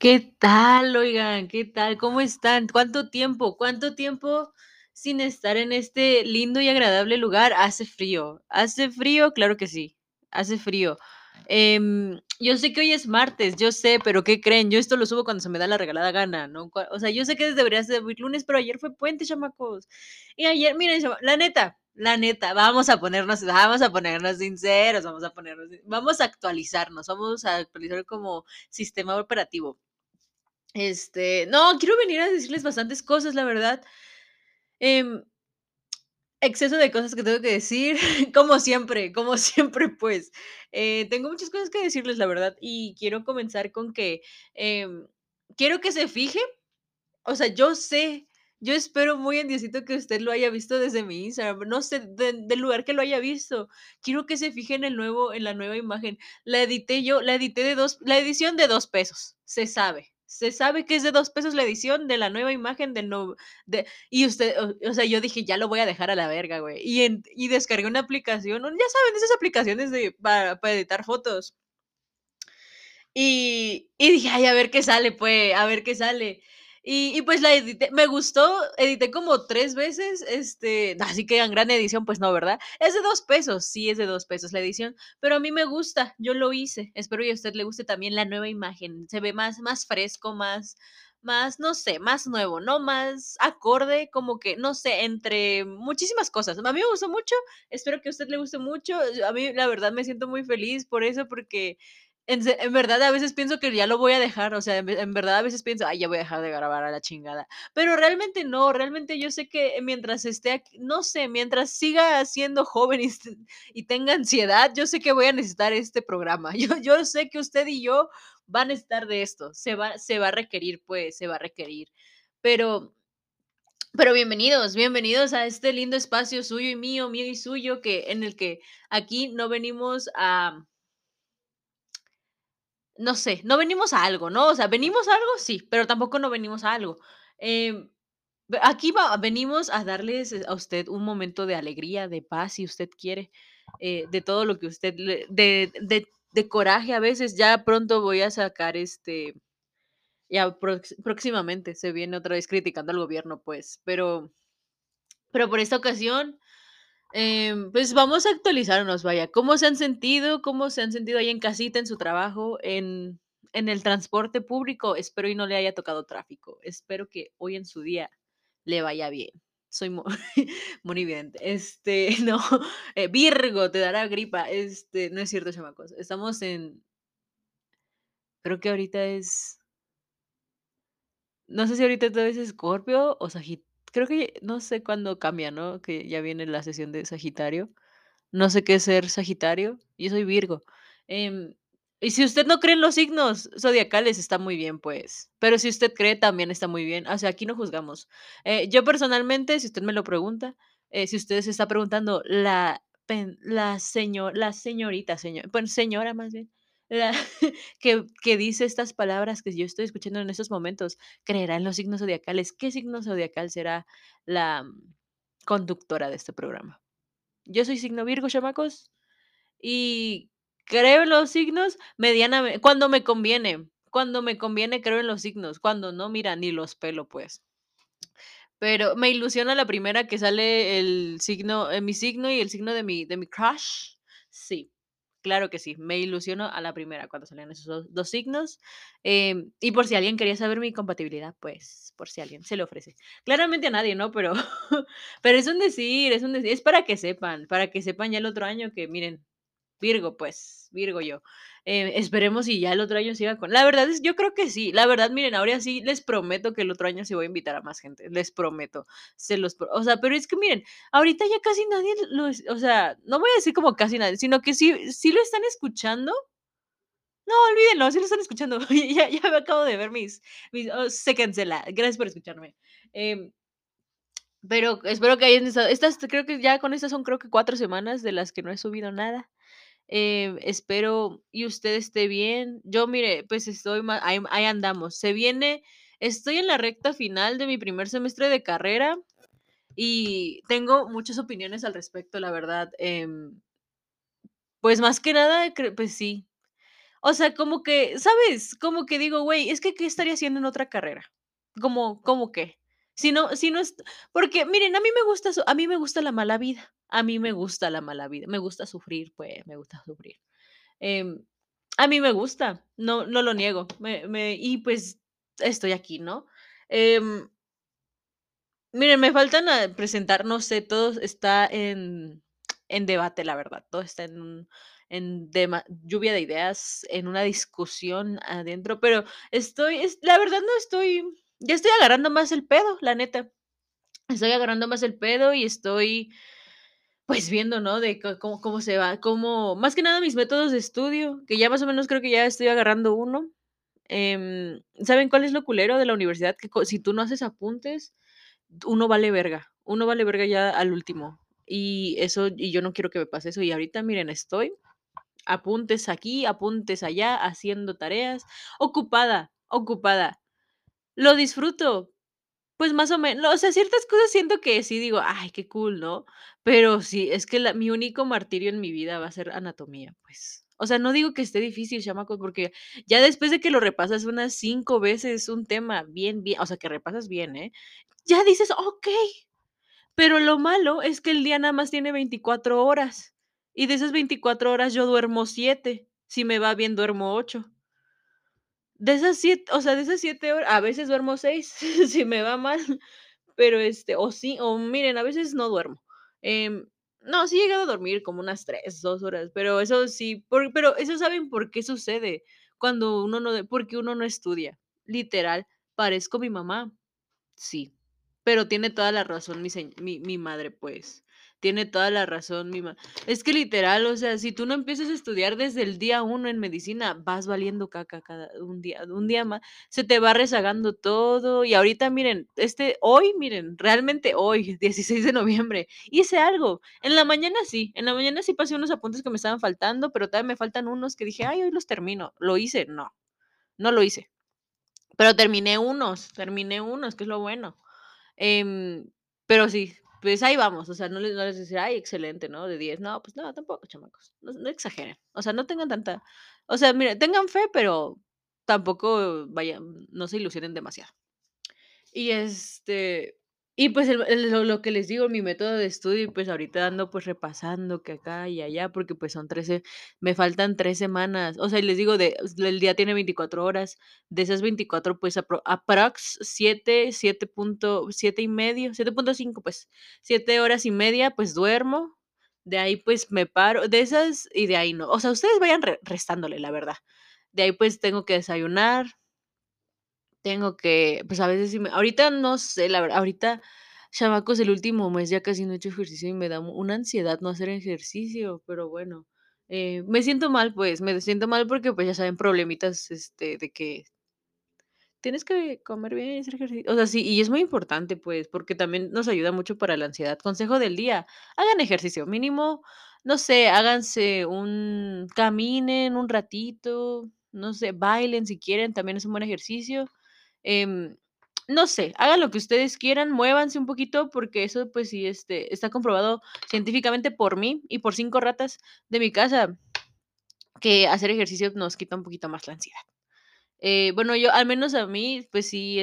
¿Qué tal? Oigan, ¿qué tal? ¿Cómo están? ¿Cuánto tiempo? ¿Cuánto tiempo sin estar en este lindo y agradable lugar? Hace frío. ¿Hace frío? Claro que sí. Hace frío. Yo sé que hoy es martes, yo sé, pero ¿qué creen? Yo esto lo subo cuando se me da la regalada gana, ¿no? O sea, yo sé que debería ser lunes, pero ayer fue puente, chamacos. Y ayer, miren, la neta, vamos a ponernos sinceros, vamos a actualizarnos, vamos a actualizar como sistema operativo. No, quiero venir a decirles bastantes cosas, la verdad. Em, Exceso de cosas que tengo que decir, como siempre, pues. Tengo muchas cosas que decirles, la verdad, y quiero comenzar con que quiero que se fije, o sea, yo espero muy en Diosito que usted lo haya visto desde mi Instagram, no sé, del lugar que lo haya visto. Quiero que se fije en la nueva imagen. La edité la edición de 2 pesos, se sabe que es de 2 pesos la edición de la nueva imagen del no, y usted, o sea, yo dije, ya lo voy a dejar a la verga, güey. Y descargué una aplicación, ya saben, esas aplicaciones para editar fotos. Y dije: "Ay, a ver qué sale, pues, a ver qué sale". Pues la edité, me gustó, edité como 3 veces, así que en gran edición, pues no, ¿verdad? Es de 2 pesos, sí, es de 2 pesos la edición, pero a mí me gusta, yo lo hice. Espero y a usted le guste también la nueva imagen. Se ve más fresco, no sé, más nuevo, ¿no? Más acorde, como que, no sé, entre muchísimas cosas. A mí me gustó mucho, espero que a usted le guste mucho. A mí, la verdad, me siento muy feliz por eso, porque en verdad, a veces pienso que ya lo voy a dejar, o sea, en verdad, a veces pienso: "Ay, ya voy a dejar de grabar a la chingada", pero realmente no, realmente yo sé que mientras esté aquí, no sé, mientras siga siendo joven y tenga ansiedad, yo sé que voy a necesitar este programa. Yo sé que usted y yo van a estar de esto, se va a requerir, pues, se va a requerir. Pero bienvenidos a este lindo espacio suyo y mío y suyo, que en el que aquí no venimos a, no sé, no venimos a algo, ¿no? O sea, venimos a algo, sí, pero tampoco no venimos a algo. Em, Aquí venimos a darles a usted un momento de alegría, de paz, si usted quiere, de todo lo que usted, de coraje a veces. Ya pronto voy a sacar ya próximamente se viene otra vez criticando al gobierno, pues, pero por esta ocasión pues vamos a actualizarnos, vaya. ¿Cómo se han sentido? ¿Cómo se han sentido ahí en casita, en su trabajo, en el transporte público? Espero y no le haya tocado tráfico. Espero que hoy en su día le vaya bien. Soy monividente. No, Virgo, te dará gripa. No es cierto, chamacos. Estamos creo que ahorita no sé si ahorita todo es Escorpio o Sagitario. Creo que no sé cuándo cambia, ¿no? Que ya viene la sesión de Sagitario. No sé qué es ser Sagitario, yo soy Virgo. Em, y si usted no cree en los signos zodiacales, está muy bien, pues. Pero si usted cree, también está muy bien. O sea, aquí no juzgamos. Yo personalmente, si usted me lo pregunta, si usted se está preguntando, la señorita, bueno, señora más bien, la, que dice estas palabras que yo estoy escuchando en estos momentos, creerá en los signos zodiacales. ¿Qué signo zodiacal será la conductora de este programa? Yo soy signo Virgo, chamacos, y creo en los signos medianamente cuando me conviene creo en los signos, cuando no, mira, ni los pelo, pues. Pero me ilusiona la primera que sale el signo, mi signo y el signo de mi crush. Sí, claro que sí, me ilusiono a la primera cuando salen esos dos signos. Y por si alguien quería saber mi compatibilidad, pues, por si alguien se le ofrece. Claramente a nadie, ¿no? Pero, pero es un decir, es para que sepan ya el otro año que, miren, Virgo, pues, Virgo yo. Esperemos y ya el otro año siga con, la verdad es, yo creo que sí, la verdad, miren, ahora sí les prometo que el otro año sí voy a invitar a más gente, les prometo, o sea, pero es que miren, ahorita ya casi nadie o sea, no voy a decir como casi nadie, sino que sí lo están escuchando. No, olvídenlo, sí lo están escuchando. Ya me acabo de ver se cancela. Gracias por escucharme. Em, pero espero que hayan estado, creo que ya con estas son creo que 4 semanas de las que no he subido nada. Espero y usted esté bien. Yo, mire, pues ahí andamos. Estoy en la recta final de mi primer semestre de carrera y tengo muchas opiniones al respecto, la verdad. Pues más que nada, pues sí. O sea, como que, ¿sabes? Como que digo: "Güey, es que, ¿qué estaría haciendo en otra carrera?". ¿Cómo qué? Si no es porque miren, a mí me gusta la mala vida, a mí me gusta la mala vida, me gusta sufrir, pues, me gusta sufrir. Em, a mí me gusta, no lo niego, y pues estoy aquí, ¿no? Em, Miren, me faltan presentar, no sé, todo está en debate, la verdad, todo está lluvia de ideas, en una discusión adentro, pero la verdad no estoy, ya estoy agarrando más el pedo, la neta. Estoy agarrando más el pedo y estoy, pues, viendo, ¿no? De cómo se va, más que nada mis métodos de estudio, que ya más o menos creo que ya estoy agarrando uno. ¿Saben cuál es lo culero de la universidad? Que si tú no haces apuntes, uno vale verga ya al último. Y yo no quiero que me pase eso. Y ahorita, miren, estoy apuntes aquí, apuntes allá, haciendo tareas, ocupada, ocupada. Lo disfruto, pues, más o menos, o sea, ciertas cosas siento que sí digo: "Ay, qué cool", ¿no? Pero sí, es que mi único martirio en mi vida va a ser anatomía, pues. O sea, no digo que esté difícil, chamacos, porque ya después de que lo repasas unas 5 veces un tema bien, bien, o sea, que repasas bien, ¿eh? Ya dices: "Okey". Pero lo malo es que el día nada más tiene 24 horas, y de esas 24 horas yo duermo 7, si me va bien duermo 8. De esas 7, o sea, de esas 7 horas, a veces duermo 6 si me va mal, pero, o sí, o miren, a veces no duermo. No, sí he llegado a dormir como unas 3, 2 horas, pero eso sí, pero eso, ¿saben por qué sucede? Cuando uno no porque uno no estudia, literal, parezco mi mamá. Sí, pero tiene toda la razón mi madre, pues, tiene toda la razón es que literal, o sea, si tú no empiezas a estudiar desde el día uno en medicina, vas valiendo caca cada un día más, se te va rezagando todo, y ahorita miren, hoy, miren, realmente hoy, 16 de noviembre, hice algo. En la mañana sí pasé unos apuntes que me estaban faltando, pero todavía me faltan unos que dije: "Ay, hoy los termino". ¿Lo hice? No, no lo hice, pero terminé unos, que es lo bueno. Em, pero sí, pues ahí vamos, o sea, no les decir: "Ay, excelente", ¿no? De 10 no, pues no, tampoco, chamacos, no exageren, o sea, no tengan tanta, o sea, mira, tengan fe, pero tampoco vayan, no se ilusionen demasiado. Y, y pues lo que les digo, mi método de estudio, y pues ahorita ando pues repasando que acá y allá, porque pues son 13, me faltan 3 semanas, o sea, y les digo, el día tiene 24 horas, de esas 24 pues aprox 7.7 y medio, 7.5 pues, 7 horas y media, pues duermo, de ahí pues me paro, de esas y de ahí no, o sea, ustedes vayan restándole, la verdad. De ahí pues tengo que desayunar, tengo que, pues, a veces sí ahorita no sé, la verdad, ahorita, chamacos, el último mes ya casi no he hecho ejercicio y me da una ansiedad no hacer ejercicio, pero bueno, me siento mal, pues, me siento mal porque, pues, ya saben, problemitas, de que tienes que comer bien y hacer ejercicio. O sea, sí, y es muy importante, pues, porque también nos ayuda mucho para la ansiedad. Consejo del día, hagan ejercicio, mínimo, no sé, caminen un ratito, no sé, bailen si quieren, también es un buen ejercicio. Em, no sé, hagan lo que ustedes quieran, muévanse un poquito, porque eso, pues sí, está comprobado científicamente por mí y por 5 ratas de mi casa, que hacer ejercicio nos quita un poquito más la ansiedad. Bueno, yo, al menos a mí, pues sí,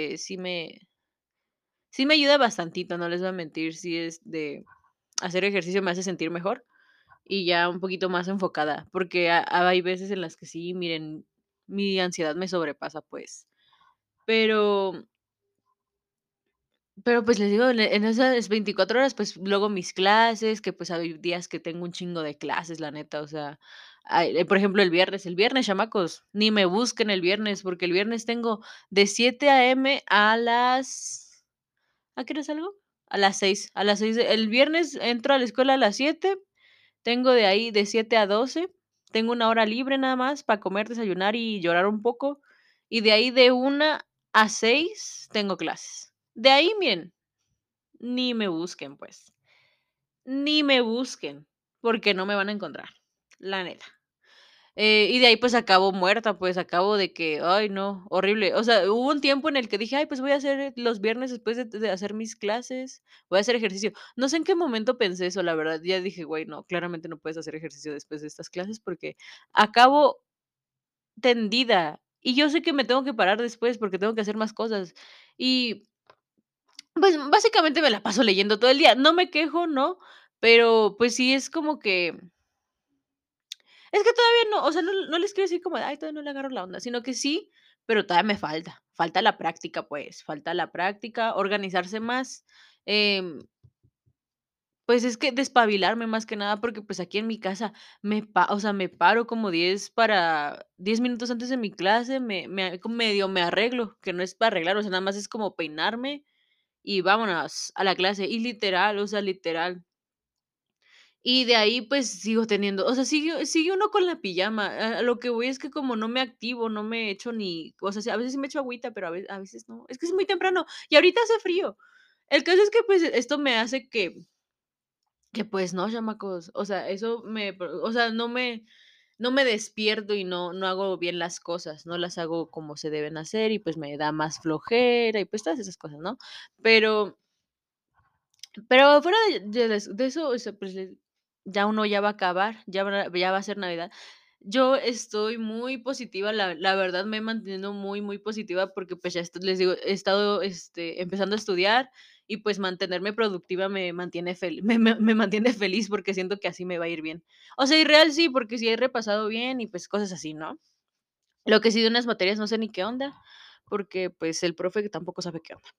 sí me ayuda bastantito, no les voy a mentir, sí es de hacer ejercicio me hace sentir mejor y ya un poquito más enfocada, porque hay veces en las que sí, miren, mi ansiedad me sobrepasa, pues, pero pues les digo, en esas 24 horas, pues luego mis clases, que pues hay días que tengo un chingo de clases, la neta, o sea, por ejemplo, el viernes, chamacos, ni me busquen el viernes, porque el viernes tengo de 7 a.m. ¿A qué hora salgo? A las 6 el viernes entro a la escuela a las 7, tengo de ahí de 7 a 12, tengo una hora libre nada más para comer, desayunar y llorar un poco, y de ahí de 1 a 6 tengo clases. De ahí, miren, ni me busquen, pues, ni me busquen, porque no me van a encontrar, la neta. Y de ahí, pues, acabo muerta, pues, acabo de que, ay, no, horrible. O sea, hubo un tiempo en el que dije: "Ay, pues, voy a hacer los viernes después de hacer mis clases, voy a hacer ejercicio". No sé en qué momento pensé eso, la verdad. Ya dije: "Güey, no, claramente no puedes hacer ejercicio después de estas clases porque acabo tendida, y yo sé que me tengo que parar después porque tengo que hacer más cosas. Y, pues, básicamente me la paso leyendo todo el día. No me quejo, no, pero, pues, sí es como que es que todavía no, o sea, no les quiero decir como de: "Ay, todavía no le agarro la onda", sino que sí, pero todavía me falta la práctica, pues, falta la práctica, organizarse más, em, pues, es que despabilarme más que nada, porque, pues, aquí en mi casa o sea, me paro como 10 minutos antes de mi clase, medio me arreglo, que no es para arreglar, o sea, nada más es como peinarme y vámonos a la clase, y literal, o sea, literal. Y de ahí, pues, sigo teniendo, o sea, sigue uno con la pijama, a lo que voy es que como no me activo, no me echo ni, o sea, sí, a veces sí me echo agüita, pero a veces no, es que es muy temprano y ahorita hace frío. El caso es que, pues, esto me hace que, pues, no, chamacos, o sea, eso o sea, no me despierto y no hago bien las cosas, no las hago como se deben hacer y, pues, me da más flojera y, pues, todas esas cosas, ¿no? Pero fuera de eso, o sea, pues, ya uno ya va a acabar, ya va a ser Navidad. Yo estoy muy positiva, la verdad me he mantenido muy, muy positiva porque, pues, ya les digo, he estado, empezando a estudiar y, pues, mantenerme productiva me mantiene me mantiene feliz porque siento que así me va a ir bien. O sea, y real sí, porque sí he repasado bien y, pues, cosas así, ¿no? Lo que sí de unas materias no sé ni qué onda, porque, pues, el profe tampoco sabe qué onda.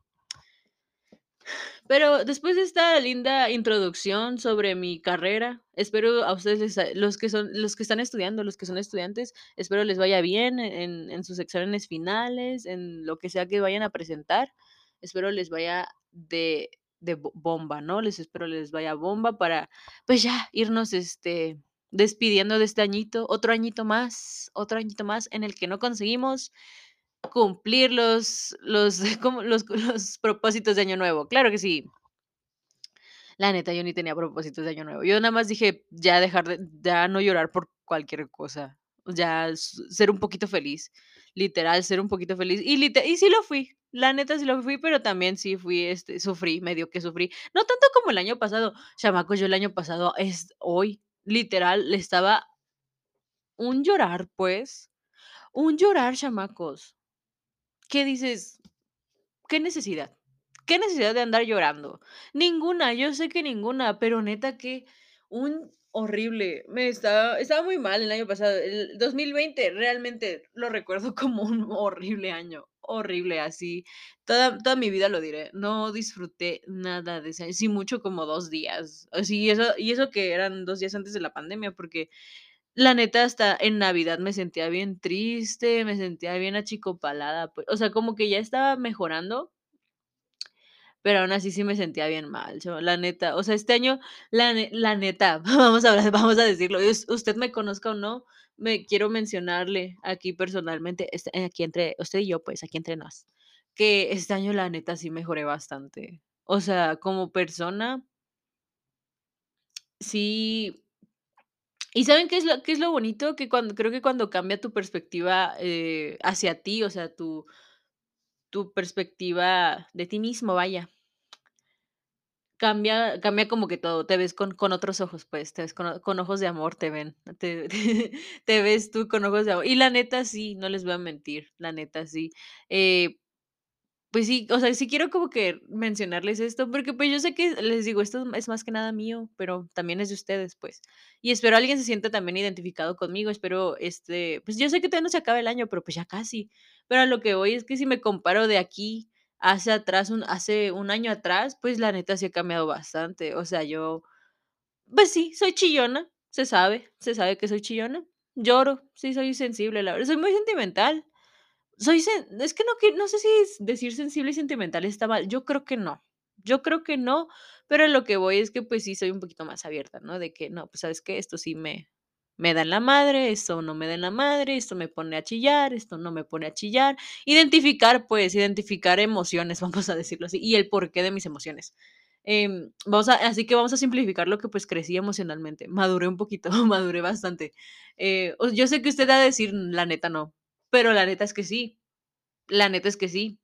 Pero después de esta linda introducción sobre mi carrera, espero a ustedes los que están estudiando, los que son estudiantes, espero les vaya bien en sus exámenes finales, en lo que sea que vayan a presentar. Espero les vaya de bomba, ¿no? Les espero les vaya bomba para, pues ya, irnos, despidiendo de este añito, otro añito más en el que no conseguimos cumplir como los propósitos de año nuevo. Claro que sí. La neta, yo ni tenía propósitos de año nuevo. Yo nada más dije, ya dejar de ya no llorar por cualquier cosa, ya ser un poquito feliz, literal, ser un poquito feliz. Y sí lo fui, la neta sí lo fui, pero también sí fui, sufrí, medio que sufrí. No tanto como el año pasado, chamacos, yo el año pasado hoy, literal, le estaba un llorar, pues, un llorar, chamacos. ¿Qué dices? ¿Qué necesidad? ¿Qué necesidad de andar llorando? Ninguna, yo sé que ninguna, pero neta que un horrible. Estaba muy mal el año pasado. El 2020 realmente lo recuerdo como un horrible año, horrible, así. Toda mi vida lo diré. No disfruté nada de ese año, sí mucho como 2 días. Así, y eso que eran 2 días antes de la pandemia, porque la neta hasta en Navidad me sentía bien triste, me sentía bien achicopalada, pues, o sea, como que ya estaba mejorando, pero aún así sí me sentía bien mal, la neta. O sea, este año, la neta, vamos a decirlo, usted me conozca o no, me quiero mencionarle aquí personalmente, aquí entre usted y yo, pues, aquí entre nos, que este año, la neta, sí mejoré bastante. O sea, como persona, sí. ¿Y saben qué es lo bonito? Que creo que cuando cambia tu perspectiva, hacia ti, o sea, tu perspectiva de ti mismo, vaya. Cambia como que todo, te ves con otros ojos, pues, te ves con ojos de amor, te ven, te ves tú con ojos de amor. Y la neta sí, no les voy a mentir, la neta sí. Eh, pues sí, o sea, sí quiero como que mencionarles esto, porque, pues, yo sé que, les digo, esto es más que nada mío, pero también es de ustedes, pues. Y espero alguien se sienta también identificado conmigo, espero, pues, yo sé que todavía no se acaba el año, pero, pues, ya casi. Pero a lo que voy es que si me comparo de aquí hace un año atrás, pues, la neta sí he cambiado bastante. O sea, yo, pues sí, soy chillona, se sabe que soy chillona. Lloro, sí soy sensible, la verdad, soy muy sentimental. Es que no sé si decir sensible y sentimental está mal, yo creo que no, pero a lo que voy es que, pues, sí soy un poquito más abierta, ¿no? De que no, pues, ¿sabes qué? Esto sí me da en la madre, esto no me da en la madre, esto me pone a chillar, esto no me pone a chillar. Identificar emociones, vamos a decirlo así, y el porqué de mis emociones. Así que vamos a simplificar lo que, pues, crecí emocionalmente. Maduré un poquito, maduré bastante. Yo sé que usted va a decir: "La neta no", pero la neta es que sí, la neta es que sí.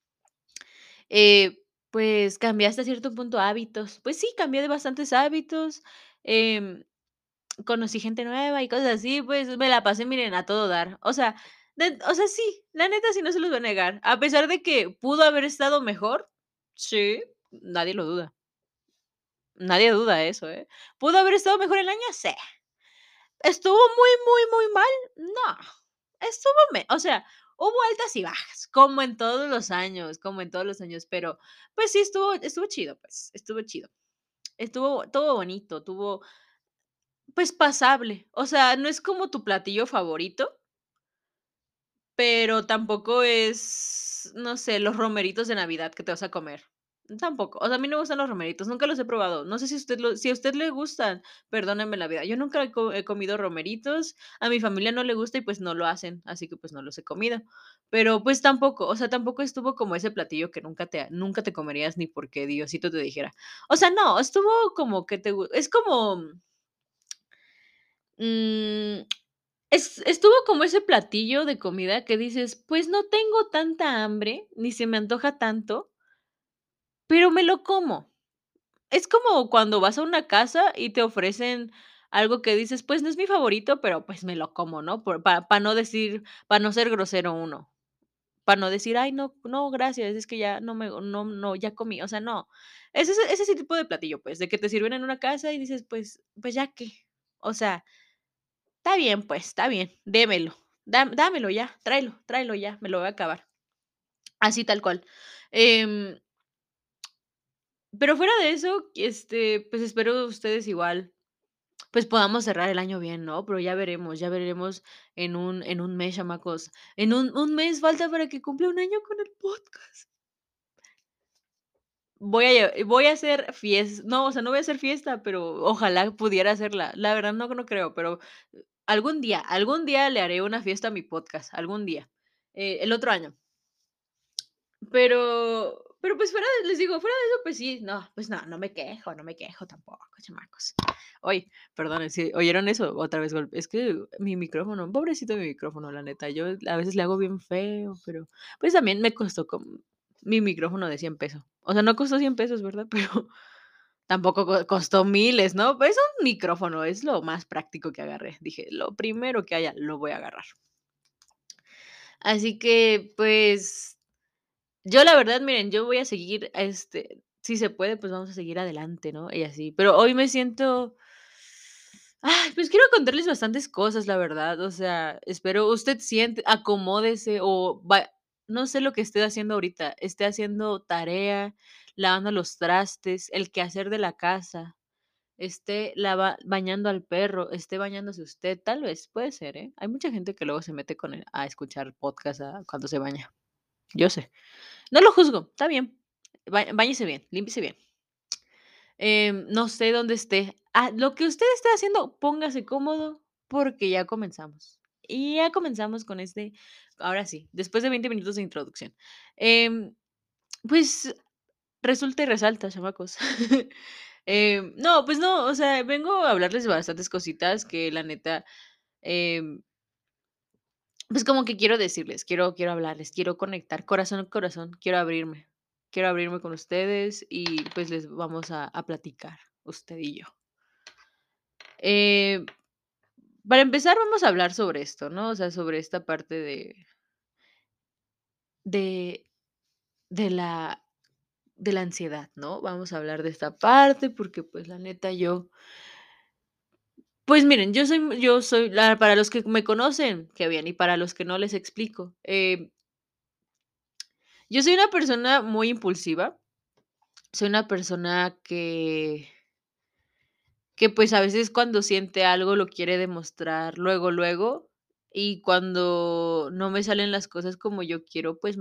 Pues, cambié hasta cierto punto hábitos. Pues sí, cambié de bastantes hábitos, em, conocí gente nueva y cosas así, pues, me la pasé, miren, a todo dar. O sea, sí, la neta sí no se los voy a negar. A pesar de que pudo haber estado mejor, sí, nadie lo duda. Nadie duda eso, ¿eh? ¿Pudo haber estado mejor el año? Sí. ¿Estuvo muy, muy, muy mal? No. O sea, hubo altas y bajas, como en todos los años, como en todos los años, pero, pues sí, estuvo chido, pues, estuvo chido. Estuvo todo bonito, pues, pasable. O sea, no es como tu platillo favorito, pero tampoco es, no sé, los romeritos de Navidad que te vas a comer. Tampoco. O sea, a mí no me gustan los romeritos, nunca los he probado. No sé si a usted le gustan, perdóneme la vida. Yo nunca he comido romeritos, a mi familia no le gusta y, pues, no lo hacen, así que, pues, no los he comido. Pero, pues, tampoco, o sea, tampoco estuvo como ese platillo que nunca te comerías ni porque Diosito te dijera. O sea, no, estuvo como que es como, mm, estuvo como ese platillo de comida que dices: "Pues no tengo tanta hambre, ni se me antoja tanto, pero me lo como". Es como cuando vas a una casa y te ofrecen algo que dices: "Pues no es mi favorito, pero, pues, me lo como", ¿no? Para no decir para no ser grosero uno, para no decir: "Ay, no, no, gracias, es que ya no, ya comí", o sea, no. Es ese tipo de platillo, pues, de que te sirven en una casa y dices: "Pues, ¿ya qué?". O sea, está bien, pues, está bien, démelo, dámelo ya, tráelo, tráelo ya, me lo voy a acabar. Así tal cual. Em, pero fuera de eso, pues, espero ustedes igual, pues, podamos cerrar el año bien, ¿no? Pero ya veremos en un mes, chamacos. En un mes falta para que cumpla un año con el podcast. Voy a hacer fiesta, no, o sea, no voy a hacer fiesta, pero ojalá pudiera hacerla. La verdad no creo, pero algún día le haré una fiesta a mi podcast, algún día, el otro año. Pero, pues, les digo, fuera de eso, pues sí, no, pues no me quejo tampoco, chamacos. Oye, perdón, si oyeron eso, otra vez golpe. Es que mi micrófono, pobrecito mi micrófono, la neta, yo a veces le hago bien feo, pero, pues, también me costó como mi micrófono de 100 pesos. O sea, no costó 100 pesos, ¿verdad? Pero tampoco costó miles, ¿no? Pues, es un micrófono, es lo más práctico que agarré. Dije: "Lo primero que haya, lo voy a agarrar". Así que, pues, yo la verdad, miren, yo voy a seguir, si se puede, pues vamos a seguir adelante, ¿no? Y así. Pero hoy me siento, pues quiero contarles bastantes cosas, la verdad. O sea, espero usted acomódese no sé lo que esté haciendo ahorita, esté haciendo tarea, lavando los trastes, el quehacer de la casa, esté bañando al perro, esté bañándose usted, tal vez, puede ser, ¿eh? Hay mucha gente que luego se mete a escuchar podcast cuando se baña. Yo sé. No lo juzgo, está bien. Báñese bien, límpiese bien. No sé dónde esté. Lo que usted esté haciendo, póngase cómodo porque ya comenzamos. Y ya comenzamos con ahora sí, después de 20 minutos de introducción. Pues resulta y resalta, chamacos. No, pues no, o sea, vengo a hablarles de bastantes cositas que la neta, em, pues como que quiero decirles, quiero hablarles, quiero conectar corazón a corazón, quiero abrirme con ustedes y pues les vamos a platicar, usted y yo. Eh, para empezar, vamos a hablar sobre esto, ¿no? O sea, sobre esta parte de, de la, de la ansiedad, ¿no? Vamos a hablar de esta parte porque pues la neta pues miren, para los que me conocen, qué bien, y para los que no les explico. Yo soy una persona muy impulsiva. Soy una persona que, pues, a veces cuando siente algo lo quiere demostrar luego, luego, y cuando no me salen las cosas como yo quiero, pues,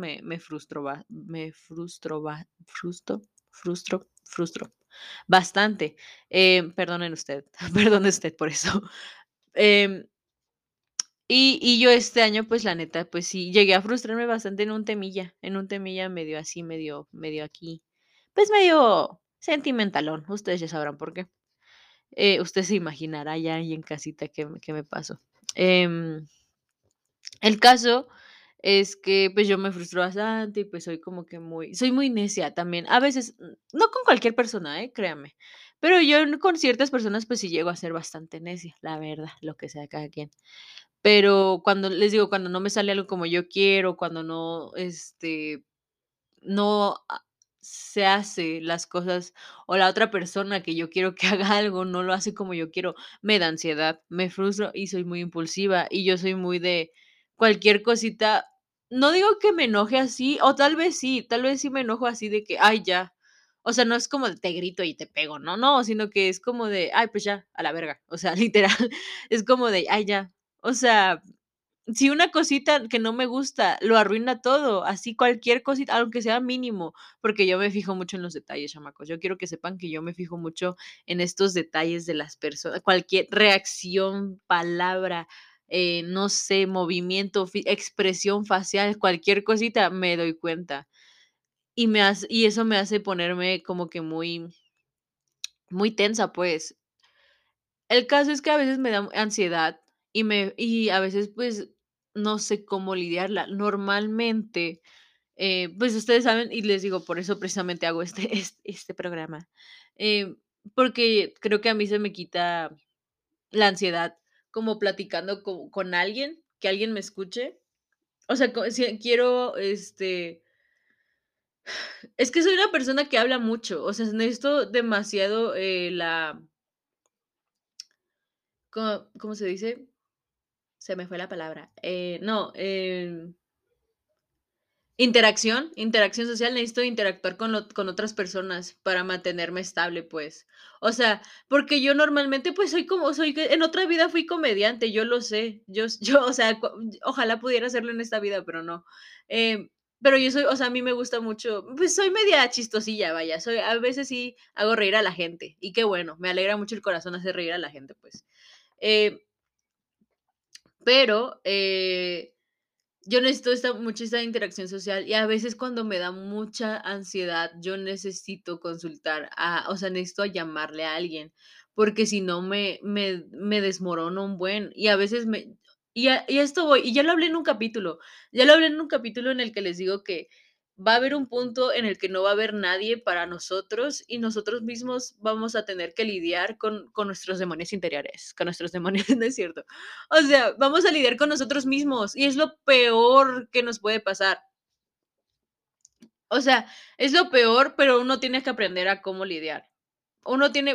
me frustro bastante. Perdonen usted, perdone usted por eso. Em, y yo este año, pues, la neta, pues sí, llegué a frustrarme bastante en un temilla medio así, medio aquí, pues, medio sentimentalón, ustedes ya sabrán por qué. Usted se imaginará ya ahí en casita qué me pasó. Em, el caso es que, pues, yo me frustro bastante y, pues, soy como que soy muy necia también. A veces, no con cualquier persona, créame, Pero yo con ciertas personas, pues sí llego a ser bastante necia, la verdad, lo que sea de cada quien. Pero cuando les digo, cuando no me sale algo como yo quiero, cuando no, no se hace las cosas o la otra persona que yo quiero que haga algo no lo hace como yo quiero, me da ansiedad, me frustro y soy muy impulsiva y yo soy muy de cualquier cosita, no digo que me enoje así, o tal vez sí me enojo así de que, ay, ya. O sea, no es como de te grito y te pego, no, no, sino que es como de, ay, pues ya, a la verga. O sea, literal, es como de, ay, ya. O sea, si una cosita que no me gusta lo arruina todo, así cualquier cosita, aunque sea mínimo, porque yo me fijo mucho en los detalles, chamacos. Yo quiero que sepan que yo me fijo mucho en estos detalles de las personas, cualquier reacción, palabra, no sé, movimiento, expresión facial, cualquier cosita, me doy cuenta. Y eso me hace ponerme como que muy tensa, pues. El caso es que a veces me da ansiedad y a veces, pues, no sé cómo lidiarla. Normalmente, pues, ustedes saben, y les digo, por eso precisamente hago este programa, porque creo que a mí se me quita la ansiedad como platicando con alguien, que alguien me escuche. O sea, si quiero, es que soy una persona que habla mucho, o sea, necesito demasiado, ¿cómo se dice? Se me fue la palabra. No, interacción social, necesito interactuar con otras personas para mantenerme estable, pues. O sea, porque yo normalmente, pues, en otra vida fui comediante, yo lo sé. Yo, o sea, ojalá pudiera hacerlo en esta vida, pero no. Pero yo soy, o sea, a mí me gusta mucho, pues soy media chistosilla, vaya. A veces sí hago reír a la gente. Y qué bueno, me alegra mucho el corazón hacer reír a la gente, pues. Eh, pero yo necesito mucho esta interacción social y a veces cuando me da mucha ansiedad, yo necesito consultar o sea, necesito llamarle a alguien, porque si no me desmorono un buen y a veces y a esto voy, y ya lo hablé en un capítulo, ya lo hablé en un capítulo en el que les digo que va a haber un punto en el que no va a haber nadie para nosotros y nosotros mismos vamos a tener que lidiar con nuestros demonios interiores, con nuestros demonios, no es cierto. O sea, vamos a lidiar con nosotros mismos y es lo peor que nos puede pasar. O sea, es lo peor, pero uno tiene que aprender a cómo lidiar. Uno tiene,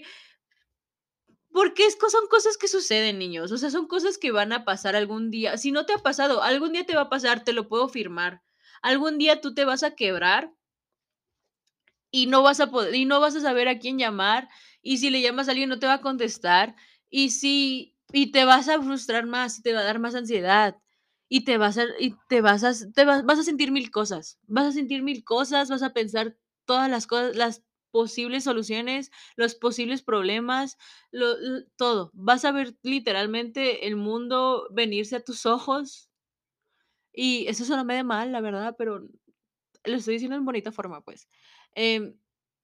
porque son cosas que suceden, niños. O sea, son cosas que van a pasar algún día. Si no te ha pasado, algún día te va a pasar, te lo puedo firmar. Algún día tú te vas a quebrar y no vas a saber a quién llamar, y si le llamas a alguien no te va a contestar, y te vas a frustrar más, y te va a dar más ansiedad, y vas a sentir mil cosas. Vas a sentir mil cosas, vas a pensar todas las cosas, las posibles soluciones, los posibles problemas, todo. Vas a ver literalmente el mundo venirse a tus ojos, y eso suena medio mal, la verdad, pero lo estoy diciendo en bonita forma, pues. Em,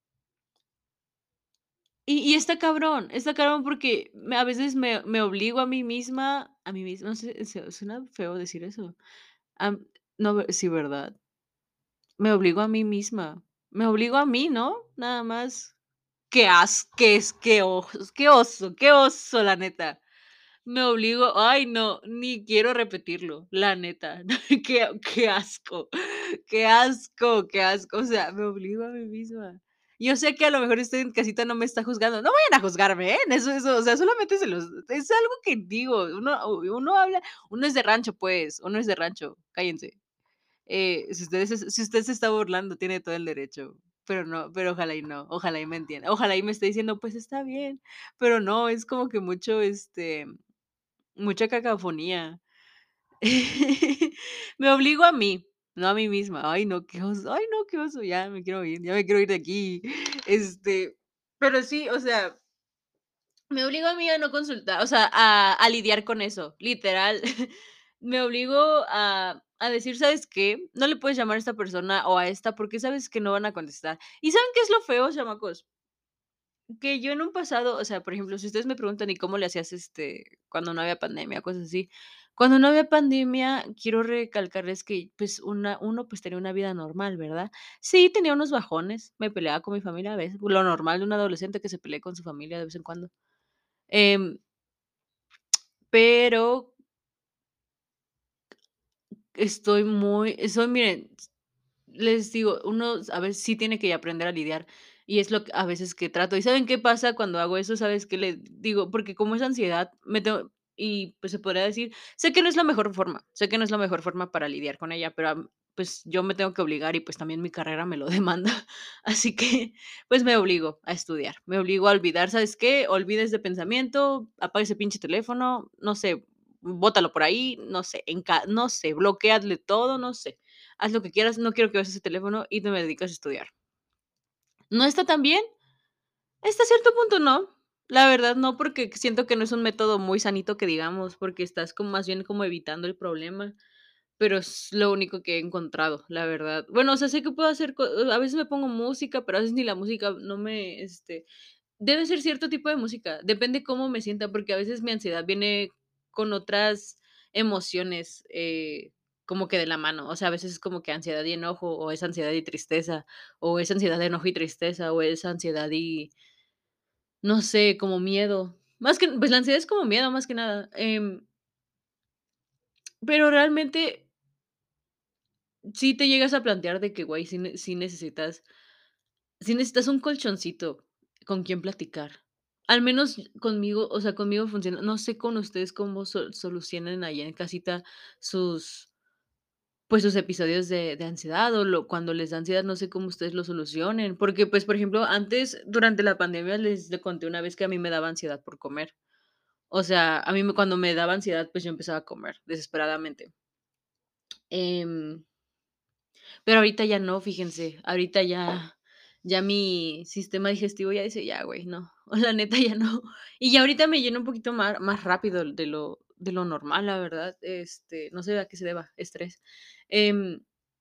y está cabrón porque a veces me obligo a mí misma, no sé, suena feo decir eso. No, sí, ¿verdad? Me obligo a mí misma, me obligo a mí, ¿no? Nada más. Qué oso, la neta. Me obligo, ay, no, ni quiero repetirlo, la neta. Qué asco, qué asco, qué asco. O sea, me obligo a mí misma. Yo sé que a lo mejor usted en casita no me está juzgando. No vayan a juzgarme, ¿eh? Eso, o sea, solamente es algo que digo. Uno habla, uno es de rancho, pues, uno es de rancho. Cállense. Si usted se está burlando, tiene todo el derecho. Pero no, pero ojalá y no, ojalá y me entienda. Ojalá y me esté diciendo, pues está bien. Pero no, es como que mucha cacofonía. Me obligo a mí, no a mí misma. Ay, no, qué oso. Ay, no, qué oso. Ya me quiero ir de aquí. Pero sí, o sea, me obligo a mí a no consultar, o sea, a lidiar con eso, literal. Me obligo a decir, ¿sabes qué? No le puedes llamar a esta persona o a esta porque sabes que no van a contestar. ¿Y saben qué es lo feo, chamacos? que yo en un pasado, o sea, por ejemplo, si ustedes me preguntan: "¿Y cómo le hacías, cuando no había pandemia?", cosas así. Cuando no había pandemia, quiero recalcarles que, pues, uno, pues, tenía una vida normal, ¿verdad? Sí, tenía unos bajones, me peleaba con mi familia a veces, lo normal de un adolescente que se pelee con su familia de vez en cuando. Em, pero miren, les digo, uno a veces sí tiene que aprender a lidiar, y es lo que a veces que trato. ¿Y saben qué pasa cuando hago eso? ¿Sabes qué le digo? Porque como es ansiedad, me tengo y, pues, se podría decir, sé que no es la mejor forma, sé que no es la mejor forma para lidiar con ella, pero, pues, yo me tengo que obligar y, pues, también mi carrera me lo demanda. Así que, pues, me obligo a estudiar, me obligo a olvidar, ¿sabes qué? Olvida ese pensamiento, apaga ese pinche teléfono, no sé, bótalo por ahí, no sé, bloquéale todo, no sé. Haz lo que quieras, no quiero que veas ese teléfono y te me dedicas a estudiar. ¿No está tan bien? Hasta cierto punto no. La verdad no, porque siento que no es un método muy sanito que digamos, porque estás como más bien como evitando el problema, pero es lo único que he encontrado, la verdad. Bueno, o sea, sé que puedo hacer a veces me pongo música, pero a veces ni la música no me, debe ser cierto tipo de música, depende cómo me sienta, porque a veces mi ansiedad viene con otras emociones, como que de la mano. O sea, a veces es como que ansiedad y enojo, o es ansiedad y tristeza, o es ansiedad de enojo y tristeza, o es ansiedad y, no sé, como miedo. Más que pues, la ansiedad es como miedo, más que nada, pero realmente sí te llegas a plantear de que, güey, sí necesitas un colchoncito con quien platicar. Al menos conmigo, o sea, conmigo funciona. No sé con ustedes cómo solucionen allá en casita sus, pues, sus episodios de ansiedad o cuando les da ansiedad, no sé cómo ustedes lo solucionen. Porque, pues, por ejemplo, antes, durante la pandemia, le conté una vez que a mí me daba ansiedad por comer. O sea, cuando me daba ansiedad, pues yo empezaba a comer desesperadamente. Em, Pero ahorita ya no, fíjense, ahorita ya mi sistema digestivo ya dice: "Ya, güey, no", o la neta ya no. Y ya ahorita me lleno un poquito más rápido de lo normal, la verdad, no sé a qué se deba, estrés. Em,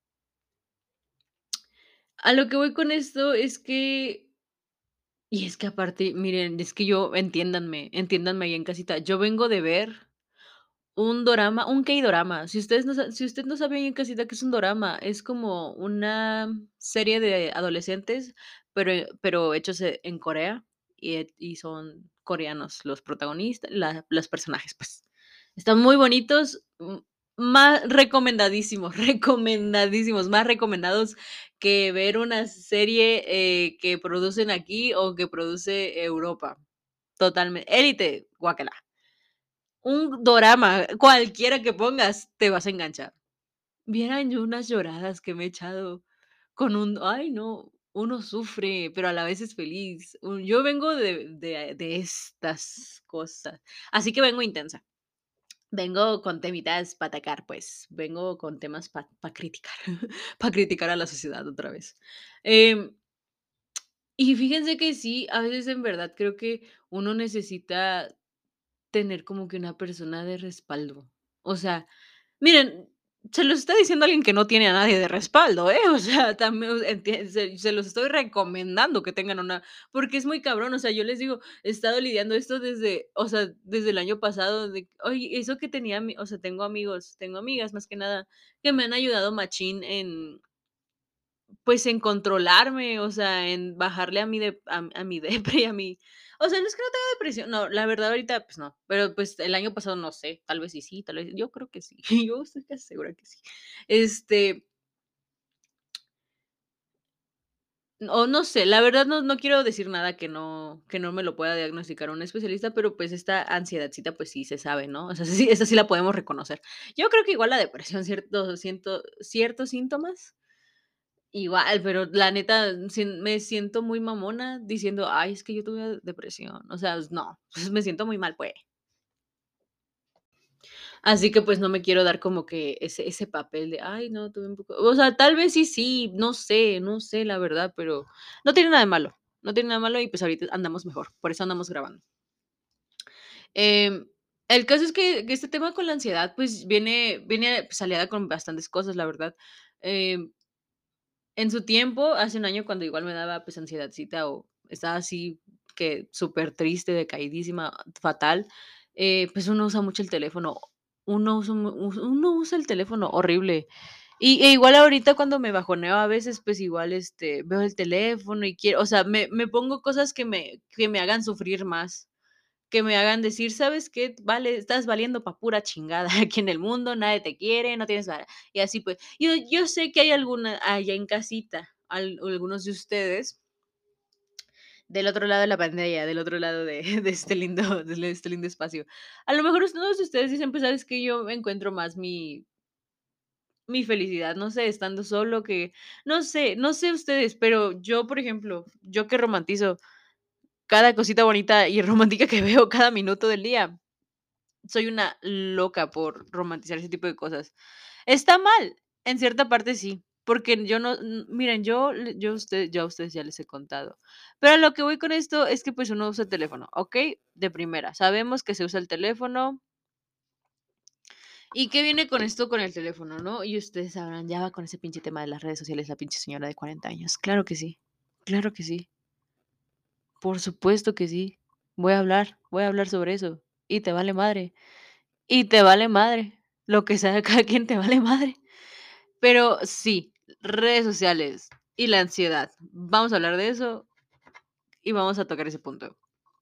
a lo que voy con esto es que y es que aparte, miren, es que entiéndanme ahí en casita, yo vengo de ver un dorama, un K-dorama. Si usted no sabe ahí en casita qué es un dorama, es como una serie de adolescentes, pero hechos en Corea, y son coreanos los protagonistas, los personajes, pues. Están muy bonitos, más recomendadísimos, recomendadísimos, más recomendados que ver una serie, que producen aquí o que produce Europa. Totalmente. Élite, guácala. Un dorama, cualquiera que pongas, te vas a enganchar. Vieran yo unas lloradas que me he echado con ay no, uno sufre, pero a la vez es feliz. Yo vengo de estas cosas, así que vengo intensa. Vengo con temitas para atacar, pues, vengo con temas para criticar, para criticar a la sociedad otra vez. Em, y fíjense que sí, a veces en verdad creo que uno necesita tener como que una persona de respaldo. O sea, miren, se los está diciendo alguien que no tiene a nadie de respaldo, ¿eh? O sea, también se los estoy recomendando que tengan una, porque es muy cabrón. O sea, yo les digo, he estado lidiando esto desde, o sea, desde el año pasado, oye, eso que tenía, o sea, tengo amigos, tengo amigas más que nada, que me han ayudado machín pues, en controlarme, o sea, en bajarle a mi depre y a mi, o sea, no es que no tenga depresión, no, la verdad ahorita, pues, no, pero, pues, el año pasado no sé, tal vez sí, tal vez yo creo que sí, yo estoy casi segura que sí. Este, o no sé, la verdad no quiero decir nada que no me lo pueda diagnosticar un especialista, pero, pues, esta ansiedadcita, pues, sí se sabe, ¿no? O sea, sí, esa sí la podemos reconocer. Yo creo que igual la depresión, ciertos síntomas. Igual, pero la neta, me siento muy mamona diciendo: "Ay, es que yo tuve depresión", o sea, no, me siento muy mal, pues. Así que, pues, no me quiero dar como que ese papel de: "Ay, no, tuve un poco", o sea, tal vez sí, no sé, la verdad, pero no tiene nada de malo, no tiene nada de malo y, pues, ahorita andamos mejor, por eso andamos grabando. Em, el caso es que este tema con la ansiedad, pues, viene, pues, aliada con bastantes cosas, la verdad. Em En su tiempo, hace un año, cuando igual me daba, pues, ansiedadcita o estaba así que súper triste, decaidísima, fatal, pues uno usa mucho el teléfono. Uno usa el teléfono horrible. Igual ahorita cuando me bajoneo a veces, pues igual, veo el teléfono y quiero, o sea, me pongo cosas que me hagan sufrir más, que me hagan decir: "¿Sabes qué? Vale, estás valiendo pa' pura chingada aquí en el mundo, nadie te quiere, no tienes nada". Y así, pues, yo sé que hay alguna allá en casita, algunos de ustedes del otro lado de la pantalla, del otro lado de de este lindo espacio. A lo mejor algunos de ustedes dicen: "Pues, ¿sabes que Yo encuentro más mi felicidad, no sé, estando solo que no sé ustedes, pero yo, por ejemplo, yo que romantizo cada cosita bonita y romántica que veo cada minuto del día, soy una loca por romantizar ese tipo de cosas. Está mal, en cierta parte sí, porque yo no, miren, yo a ustedes ya les he contado, pero a lo que voy con esto es que pues uno usa el teléfono, ¿ok? De primera, sabemos que se usa el teléfono. ¿Y qué viene con esto con el teléfono, no? Y ustedes sabrán, ya va con ese pinche tema de las redes sociales la pinche señora de 40 años. Claro que sí, por supuesto que sí. Voy a hablar sobre eso. Y te vale madre, y te vale madre. Lo que sea de cada quien te vale madre. Pero sí, redes sociales y la ansiedad. Vamos a hablar de eso y vamos a tocar ese punto.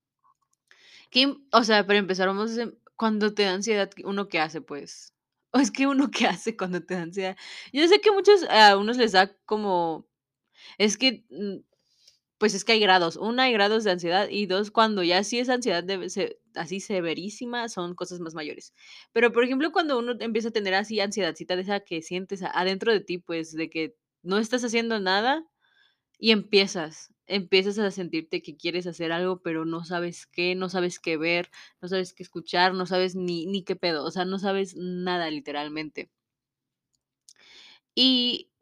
O sea, para empezar, cuando te da ansiedad, ¿uno qué hace, pues? O es que uno qué hace cuando te da ansiedad. Yo sé que a unos les da como, es que, pues es que hay grados. Una, hay grados de ansiedad y dos, cuando ya sí es ansiedad así severísima, son cosas más mayores. Pero, por ejemplo, cuando uno empieza a tener así ansiedadcita de esa que sientes adentro de ti, pues de que no estás haciendo nada y empiezas a sentirte que quieres hacer algo, pero no sabes qué, no sabes qué ver, no sabes qué escuchar, no sabes ni qué pedo, o sea, no sabes nada literalmente. Y,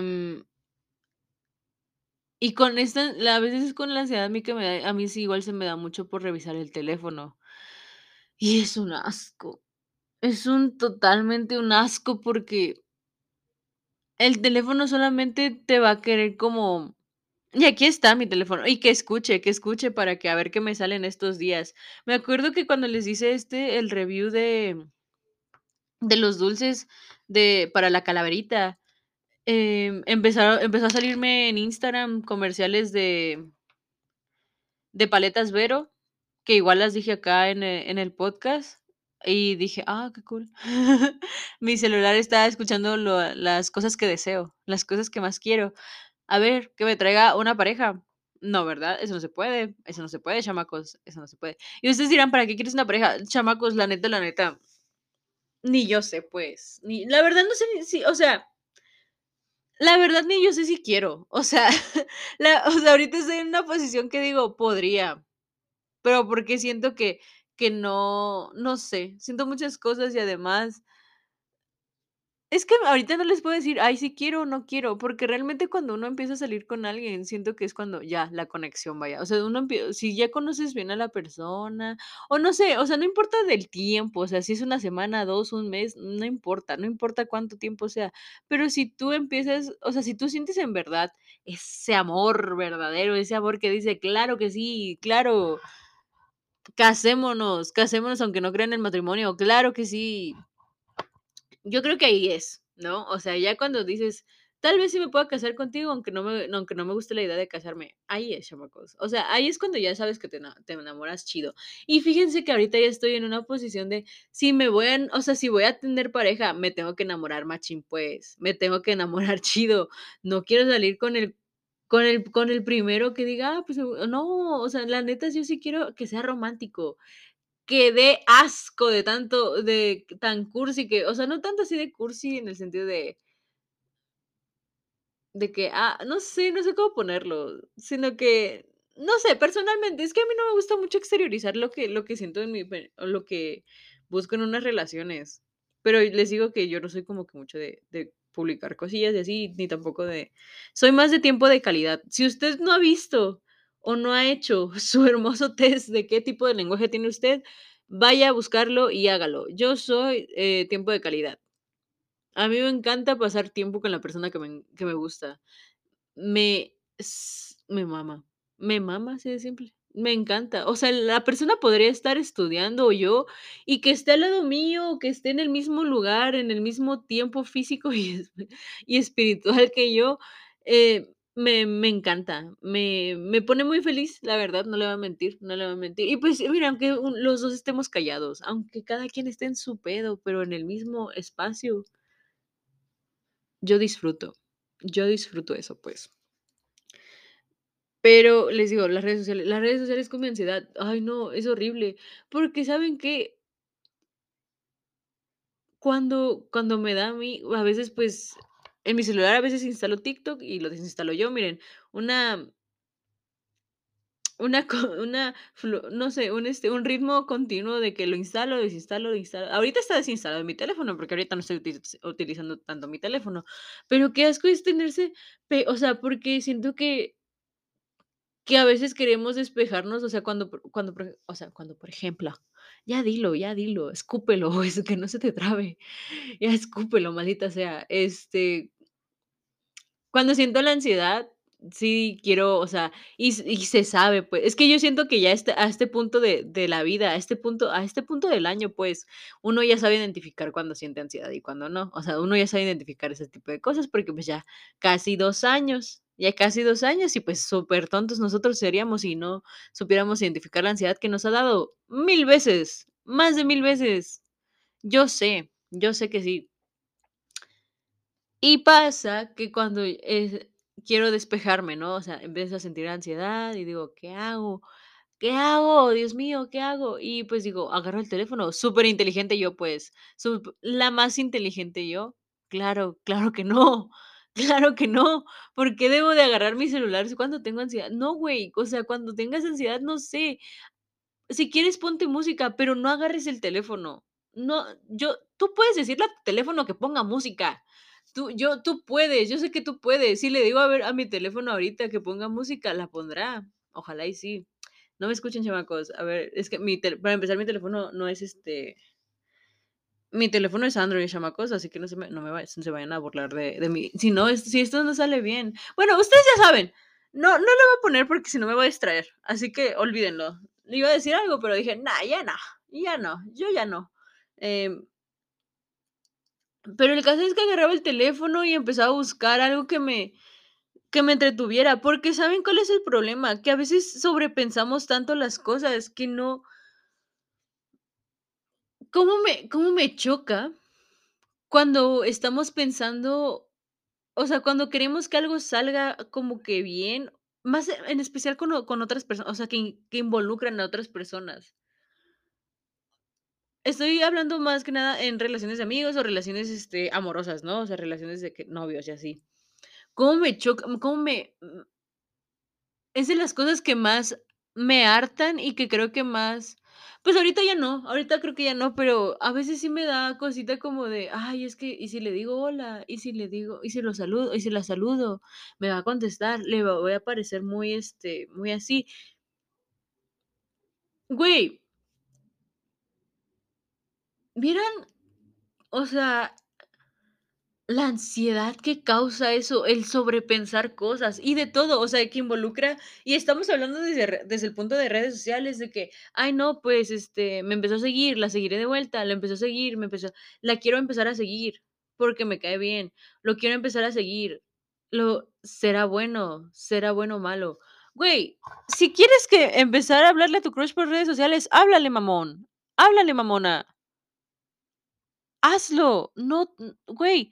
con a veces con la ansiedad a mí sí igual se me da mucho por revisar el teléfono. Y es un asco, es totalmente un asco porque el teléfono solamente te va a querer como y aquí está mi teléfono, y que escuche para que a ver qué me sale en estos días. Me acuerdo que cuando les hice, el review de los dulces para la calaverita, empezó a salirme en Instagram comerciales de paletas Vero, que igual las dije acá en el podcast, y dije: "Ah, qué cool". Mi celular está escuchando las cosas que deseo, las cosas que más quiero. A ver, que me traiga una pareja. No, ¿verdad? Eso no se puede, chamacos, eso no se puede. Y ustedes dirán: "¿Para qué quieres una pareja?". Chamacos, la neta, ni yo sé, pues, ni la verdad no sé ni si o sea, la verdad ni yo sé si quiero. O sea, ahorita estoy en una posición que digo: "Podría", pero porque siento que no sé, siento muchas cosas y además es que ahorita no les puedo decir: "Ay, sí quiero o no quiero", porque realmente cuando uno empieza a salir con alguien, siento que es cuando ya la conexión, vaya. O sea, si ya conoces bien a la persona, o no sé, o sea, no importa del tiempo, o sea, si es una semana, 2, un mes, no importa cuánto tiempo sea. Pero si tú empiezas, o sea, si tú sientes en verdad ese amor verdadero, ese amor que dice: "Claro que sí, claro, casémonos aunque no crean en el matrimonio, claro que sí". Yo creo que ahí es, ¿no? O sea, ya cuando dices: "Tal vez sí me pueda casar contigo, aunque no me guste la idea de casarme", ahí es, chamacos. O sea, ahí es cuando ya sabes que te enamoras chido. Y fíjense que ahorita ya estoy en una posición de, o sea, si voy a tener pareja, me tengo que enamorar machín, pues, me tengo que enamorar chido. No quiero salir con el primero que diga: pues, no, o sea, la neta, yo sí quiero que sea romántico. Quedé asco de tanto de tan cursi que, o sea, no tanto así de cursi en el sentido de que, no sé cómo ponerlo, sino que, no sé, personalmente, es que a mí no me gusta mucho exteriorizar lo que siento o lo que busco en unas relaciones, pero les digo que yo no soy como que mucho de publicar cosillas y así, ni tampoco soy más de tiempo de calidad. Si usted no ha visto o no ha hecho su hermoso test de qué tipo de lenguaje tiene usted, vaya a buscarlo y hágalo. Yo soy, tiempo de calidad. A mí me encanta pasar tiempo con la persona que me gusta. Me mama, así de simple. Me encanta. O sea, la persona podría estar estudiando o yo, y que esté al lado mío, que esté en el mismo lugar, en el mismo tiempo físico y espiritual que yo, me encanta. Me pone muy feliz, la verdad, no le voy a mentir, no le voy a mentir. Y pues, mira, aunque los 2 estemos callados, aunque cada quien esté en su pedo, pero en el mismo espacio, yo disfruto. Yo disfruto eso, pues. Pero les digo, las redes sociales con mi ansiedad, ay no, es horrible, porque, ¿saben qué? Cuando me da a mí, a veces, pues, en mi celular a veces instalo TikTok y lo desinstalo yo, miren, una no sé, un ritmo continuo de que lo instalo, desinstalo, desinstalo. Ahorita está desinstalado en mi teléfono, porque ahorita no estoy utilizando tanto mi teléfono, pero qué asco es tenerse o sea, porque siento que a veces queremos despejarnos, o sea, cuando, por ejemplo, ya dilo, escúpelo, es que no se te trabe, ya escúpelo, maldita sea. Cuando siento la ansiedad, sí quiero, o sea, y se sabe, pues, es que yo siento que ya a este punto de la vida, a este punto del año, pues, uno ya sabe identificar cuando siente ansiedad y cuando no. O sea, uno ya sabe identificar ese tipo de cosas porque, pues, ya casi 2 años y, pues, súper tontos nosotros seríamos si no supiéramos identificar la ansiedad que nos ha dado 1000 veces, más de 1000 veces. Yo sé que sí. Y pasa que cuando, quiero despejarme, ¿no? O sea, empiezo a sentir ansiedad y digo: "¿Qué hago? ¿Qué hago? Dios mío, ¿qué hago?". Y, pues, digo, agarro el teléfono, súper inteligente yo, pues, la más inteligente yo. Claro, claro que no, claro que no. ¿Por qué debo de agarrar mi celular cuando tengo ansiedad? No, güey, o sea, cuando tengas ansiedad, no sé, si quieres ponte música, pero no agarres el teléfono. No, tú puedes decirle a tu teléfono que ponga música. Tú puedes, yo sé que tú puedes. Si le digo a ver a mi teléfono ahorita que ponga música, la pondrá. Ojalá y sí. No me escuchen, chamacos. A ver, es que para empezar, mi teléfono no es mi teléfono es Android, chamacos, así que no se vayan a burlar de mí. Si esto no sale bien. Bueno, ustedes ya saben. No le voy a poner porque si no me voy a distraer. Así que olvídenlo. Le iba a decir algo, pero dije, nah, ya no, ya no, yo ya no. Em, pero el caso es que agarraba el teléfono y empezaba a buscar algo que me entretuviera, porque ¿saben cuál es el problema? Que a veces sobrepensamos tanto las cosas que no. ¿Cómo me choca cuando estamos pensando, o sea, cuando queremos que algo salga como que bien, más en especial con otras personas, o sea, que involucran a otras personas. Estoy hablando más que nada en relaciones de amigos o relaciones, amorosas, ¿no? O sea, relaciones de que novios y así. ¿Cómo me choca? Es de las cosas que más me hartan y que creo que más, pues, ahorita ya no, ahorita creo que ya no, pero a veces sí me da cosita como de: "Ay, es que, ¿y si le digo hola? ¿Y si lo saludo? ¿Y si la saludo? ¿Me va a contestar? Voy a parecer muy, muy así". Güey, ¿vieran? O sea, la ansiedad que causa eso, el sobrepensar cosas y de todo, o sea, que involucra y estamos hablando desde el punto de redes sociales, de que: "Ay, no, pues, me empezó a seguir, la seguiré de vuelta, la empezó a seguir, la quiero empezar a seguir porque me cae bien, lo quiero empezar a seguir, será bueno o malo". Güey, si quieres que empezar a hablarle a tu crush por redes sociales, háblale, mamón, háblale, mamona, hazlo, no, güey,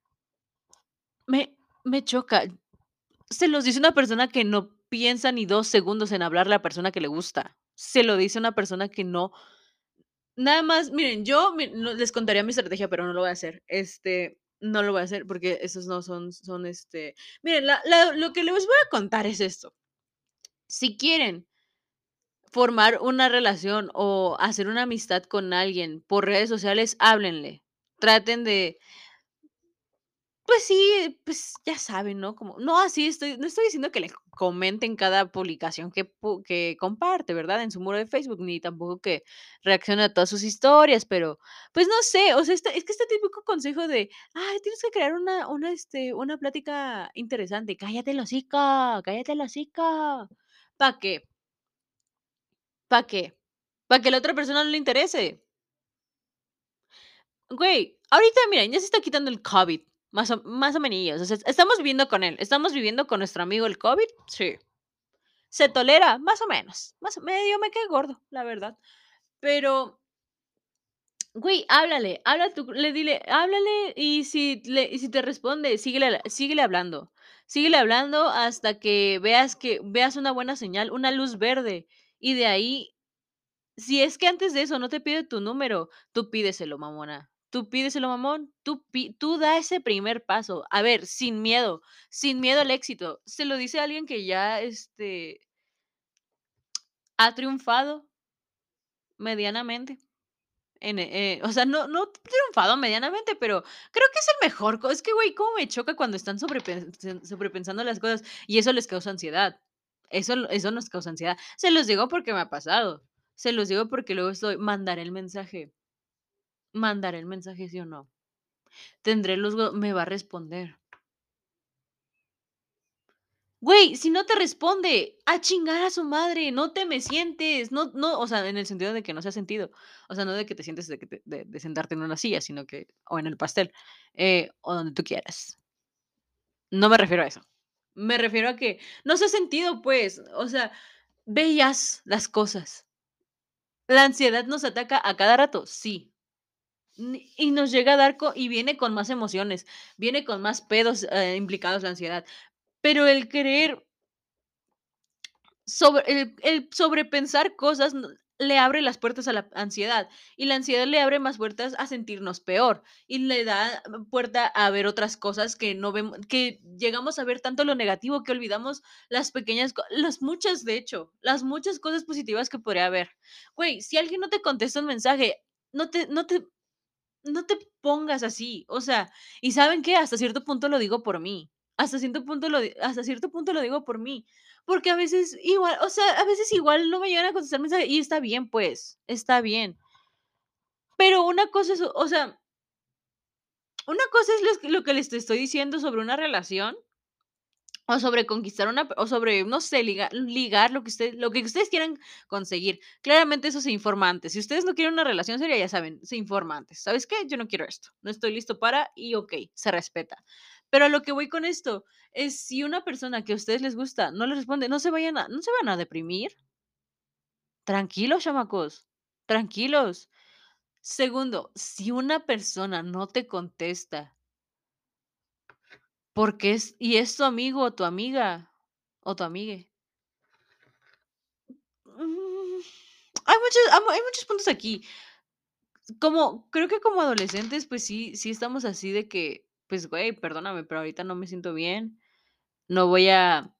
me choca. Se los dice una persona que no piensa ni 2 segundos en hablarle a la persona que le gusta. Se lo dice una persona que no, nada más, miren, yo no les contaría mi estrategia, pero no lo voy a hacer. No lo voy a hacer porque esos no miren, lo que les voy a contar es esto. Si quieren formar una relación o hacer una amistad con alguien por redes sociales, háblenle. Traten de. Pues sí, pues ya saben, ¿no? Como no así no estoy diciendo que le comenten cada publicación que comparte, ¿verdad? En su muro de Facebook, ni tampoco que reaccione a todas sus historias, pero, pues, no sé, o sea, es que este típico consejo de: "Ay, tienes que crear una plática interesante". Cállate el hocico, ¿para qué? ¿Para qué? Para que la otra persona no le interese. Güey, ahorita, mira, ya se está quitando el COVID, más o menos. O sea, estamos viviendo con él. ¿Estamos viviendo con nuestro amigo el COVID? Sí. ¿Se tolera? Más o menos. Más medio me cae gordo, la verdad. Pero, güey, háblale, habla tú, le dile, háblale y si te responde, síguele hablando. Síguele hablando hasta que veas una buena señal, una luz verde. Y de ahí, si es que antes de eso no te pide tu número, tú pídeselo, mamona. Tú pídeselo, mamón. Tú da ese primer paso. A ver, sin miedo al éxito. Se lo dice alguien que ya ha triunfado medianamente. O sea, no triunfado medianamente, pero creo que es el mejor. Es que, güey, cómo me choca cuando están sobrepensando las cosas y eso les causa ansiedad. Eso nos causa ansiedad. Se los digo porque me ha pasado. Se los digo porque luego mandaré el mensaje. Mandaré el mensaje, sí o no. Me va a responder. Güey, si no te responde, a chingar a su madre, no te me sientes, o sea, en el sentido de que no se ha sentido, o sea, no de que te sientes de sentarte en una silla, sino que, o en el pastel, o donde tú quieras. No me refiero a eso. Me refiero a que no se ha sentido, pues, o sea, veías las cosas. La ansiedad nos ataca a cada rato, sí. Y nos llega a dar, y viene con más emociones, viene con más pedos implicados la ansiedad. Pero el querer el sobrepensar cosas le abre las puertas a la ansiedad, y la ansiedad le abre más puertas a sentirnos peor, y le da puerta a ver otras cosas que no vemos, que llegamos a ver tanto lo negativo que olvidamos las muchas, de hecho, las muchas cosas positivas que podría haber. Güey, si alguien no te contesta un mensaje, no te no te no te pongas así, o sea, ¿y saben qué? Hasta cierto punto lo digo por mí, hasta cierto punto lo digo por mí, porque a veces igual, o sea, a veces igual no me llegan a contestar mensajes y está bien, pues, está bien, pero una cosa es, o sea, una cosa es lo que les estoy diciendo sobre una relación, o sobre conquistar o sobre, no sé, ligar lo que ustedes quieran conseguir. Claramente eso se informa antes. Si ustedes no quieren una relación seria, ya saben, se informa antes. ¿Sabes qué? Yo no quiero esto. No estoy listo para y okey, se respeta. Pero a lo que voy con esto es, si una persona que a ustedes les gusta no les responde, no se van a deprimir. Tranquilos, chamacos, tranquilos. Segundo, si una persona no te contesta porque es tu amigo o tu amiga o tu amigue. Mm, hay muchos puntos aquí. Creo que como adolescentes, pues sí estamos así de que, pues, güey, perdóname, pero ahorita no me siento bien, no voy a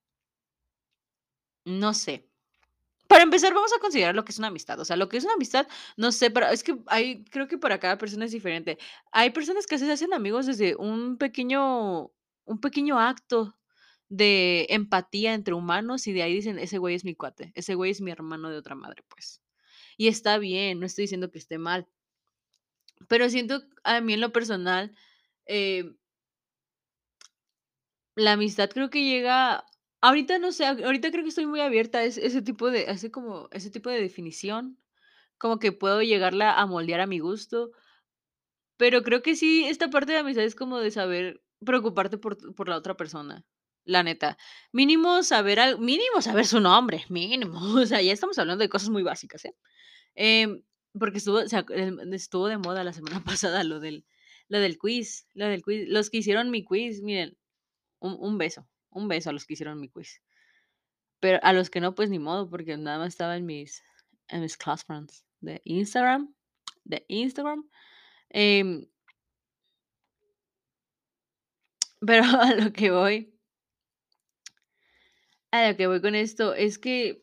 no sé. Para empezar, vamos a considerar lo que es una amistad. O sea, lo que es una amistad, no sé, pero es que creo que para cada persona es diferente. Hay personas que se hacen amigos desde un pequeño acto de empatía entre humanos y de ahí dicen, ese güey es mi cuate, ese güey es mi hermano de otra madre, pues. Y está bien, no estoy diciendo que esté mal, pero siento a mí en lo personal, eh, la amistad creo que llega ahorita no sé, ahorita creo que estoy muy abierta a ese tipo de definición, como que puedo llegarla a moldear a mi gusto, pero creo que sí, esta parte de amistad es como de saber preocuparte por la otra persona, la neta. Mínimo saber su nombre, mínimo, o sea, ya estamos hablando de cosas muy básicas, ¿eh? Em, Porque estuvo de moda la semana pasada lo del quiz. Los que hicieron mi quiz, miren, un beso a los que hicieron mi quiz. Pero a los que no, pues ni modo, porque nada más estaba en mis class friends de Instagram. Em, pero a lo que voy con esto es que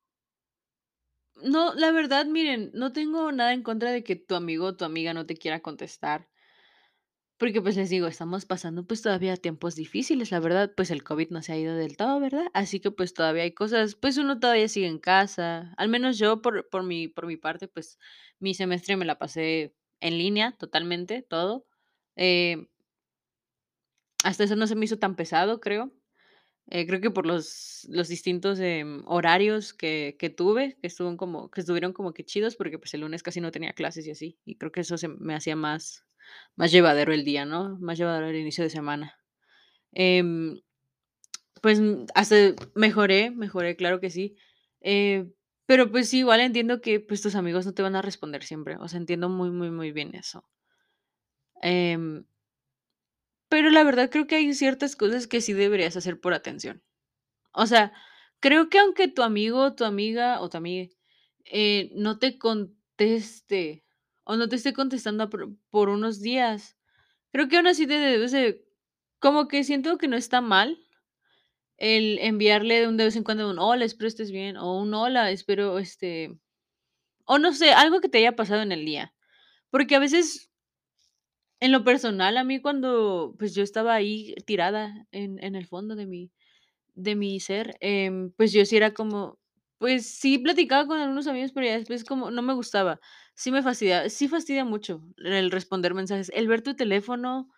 no, la verdad, miren, no tengo nada en contra de que tu amigo o tu amiga no te quiera contestar. Porque, pues, les digo, estamos pasando, pues, todavía tiempos difíciles, la verdad, pues, el COVID no se ha ido del todo, ¿verdad? Así que, pues, todavía hay cosas, pues, uno todavía sigue en casa. Al menos yo, por mi parte, pues, mi semestre me la pasé en línea totalmente, todo. Eh, Hasta eso no se me hizo tan pesado, creo. Creo que por los distintos, horarios que tuve, que estuvieron como que chidos, porque, pues, el lunes casi no tenía clases y así, y creo que eso se me hacía más llevadero el día, ¿no? Más llevadero el inicio de semana. Em, pues, hasta mejoré, claro que sí, pero, pues sí, igual entiendo que, pues, tus amigos no te van a responder siempre, o sea, entiendo muy, muy, muy bien eso. Em, pero la verdad creo que hay ciertas cosas que sí deberías hacer por atención. O sea, creo que aunque tu amigo, o tu amiga o tu amigue, no te conteste o no te esté contestando por unos días, creo que aún así te debes de como que siento que no está mal el enviarle de vez en cuando un hola, espero estés bien, o un hola, espero, o no sé, algo que te haya pasado en el día. Porque a veces, en lo personal, a mí cuando, pues, yo estaba ahí tirada en el fondo de mi ser, pues, yo sí era como, pues, sí platicaba con algunos amigos, pero ya después como no me gustaba. Sí fastidia mucho el responder mensajes, el ver tu teléfono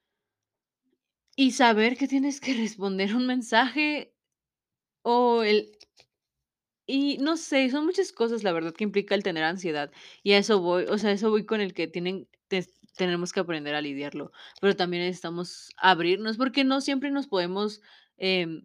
y saber que tienes que responder un mensaje o el y no sé, son muchas cosas, la verdad, que implica el tener ansiedad, y a eso voy, o sea, a eso voy con el que tenemos que aprender a lidiarlo, pero también necesitamos abrirnos, porque no siempre nos podemos, em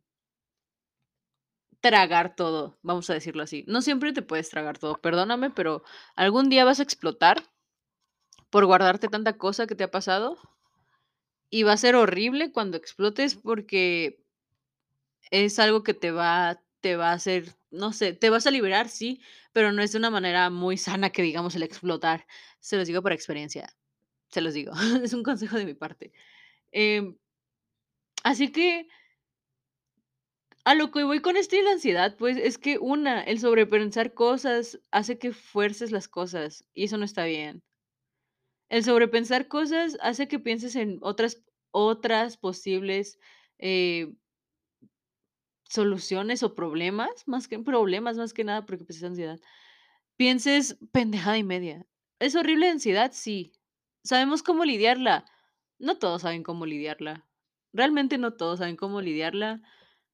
tragar todo, vamos a decirlo así. No siempre te puedes tragar todo, perdóname, pero algún día vas a explotar por guardarte tanta cosa que te ha pasado y va a ser horrible cuando explotes porque es algo que te va a hacer, no sé, te vas a liberar, sí, pero no es de una manera muy sana que digamos el explotar. Se los digo por experiencia, se los digo, es un consejo de mi parte. Em, así que a lo que voy con esto y la ansiedad, pues, es que el sobrepensar cosas hace que fuerces las cosas, y eso no está bien. El sobrepensar cosas hace que pienses en otras posibles, eh, soluciones o problemas, más que nada, porque, pues, es ansiedad. Pienses pendejada y media. ¿Es horrible la ansiedad? Sí. ¿Sabemos cómo lidiarla? No todos saben cómo lidiarla. Realmente no todos saben cómo lidiarla.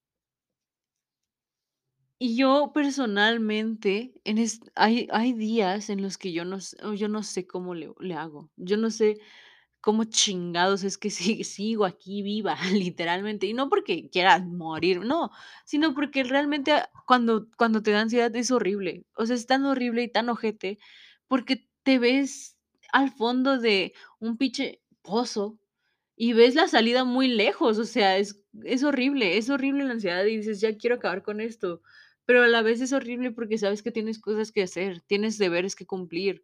Y yo personalmente, hay días en los que yo no sé cómo le hago. Yo no sé cómo chingados es que sigo aquí viva, literalmente. Y no porque quiera morir, no, sino porque realmente cuando te da ansiedad es horrible. O sea, es tan horrible y tan ojete porque te ves al fondo de un pinche pozo y ves la salida muy lejos. O sea, es horrible la ansiedad y dices, ya quiero acabar con esto. Pero a la vez es horrible porque sabes que tienes cosas que hacer, tienes deberes que cumplir.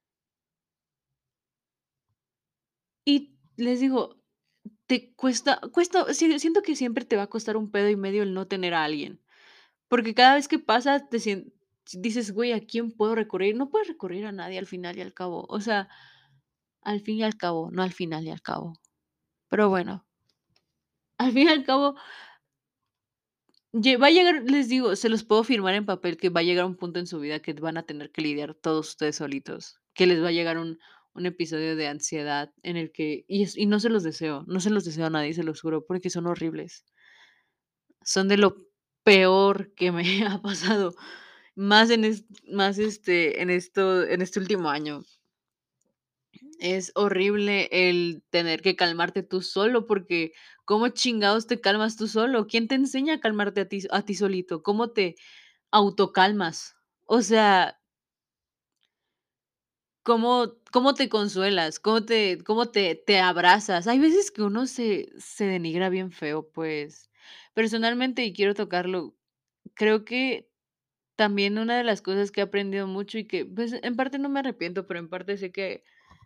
Y les digo, te cuesta, siento que siempre te va a costar un pedo y medio el no tener a alguien, porque cada vez que pasa dices: "Güey, ¿a quién puedo recurrir?". No puedes recurrir a nadie al final y al cabo, o sea, al fin y al cabo, no al final y al cabo. Pero bueno, al fin y al cabo, va a llegar, les digo, se los puedo firmar en papel que va a llegar un punto en su vida que van a tener que lidiar todos ustedes solitos, que les va a llegar un episodio de ansiedad en el que y no se los deseo, no se los deseo a nadie, se los juro, porque son horribles. Son de lo peor que me ha pasado, en este último año. Es horrible el tener que calmarte tú solo, porque, ¿cómo chingados te calmas tú solo? ¿Quién te enseña a calmarte a ti solito? ¿Cómo te autocalmas? O sea, ¿cómo te consuelas? ¿Cómo te abrazas? Hay veces que uno se denigra bien feo, pues, personalmente, y quiero tocarlo, creo que también una de las cosas que he aprendido mucho y que, pues, en parte no me arrepiento, pero en parte sé que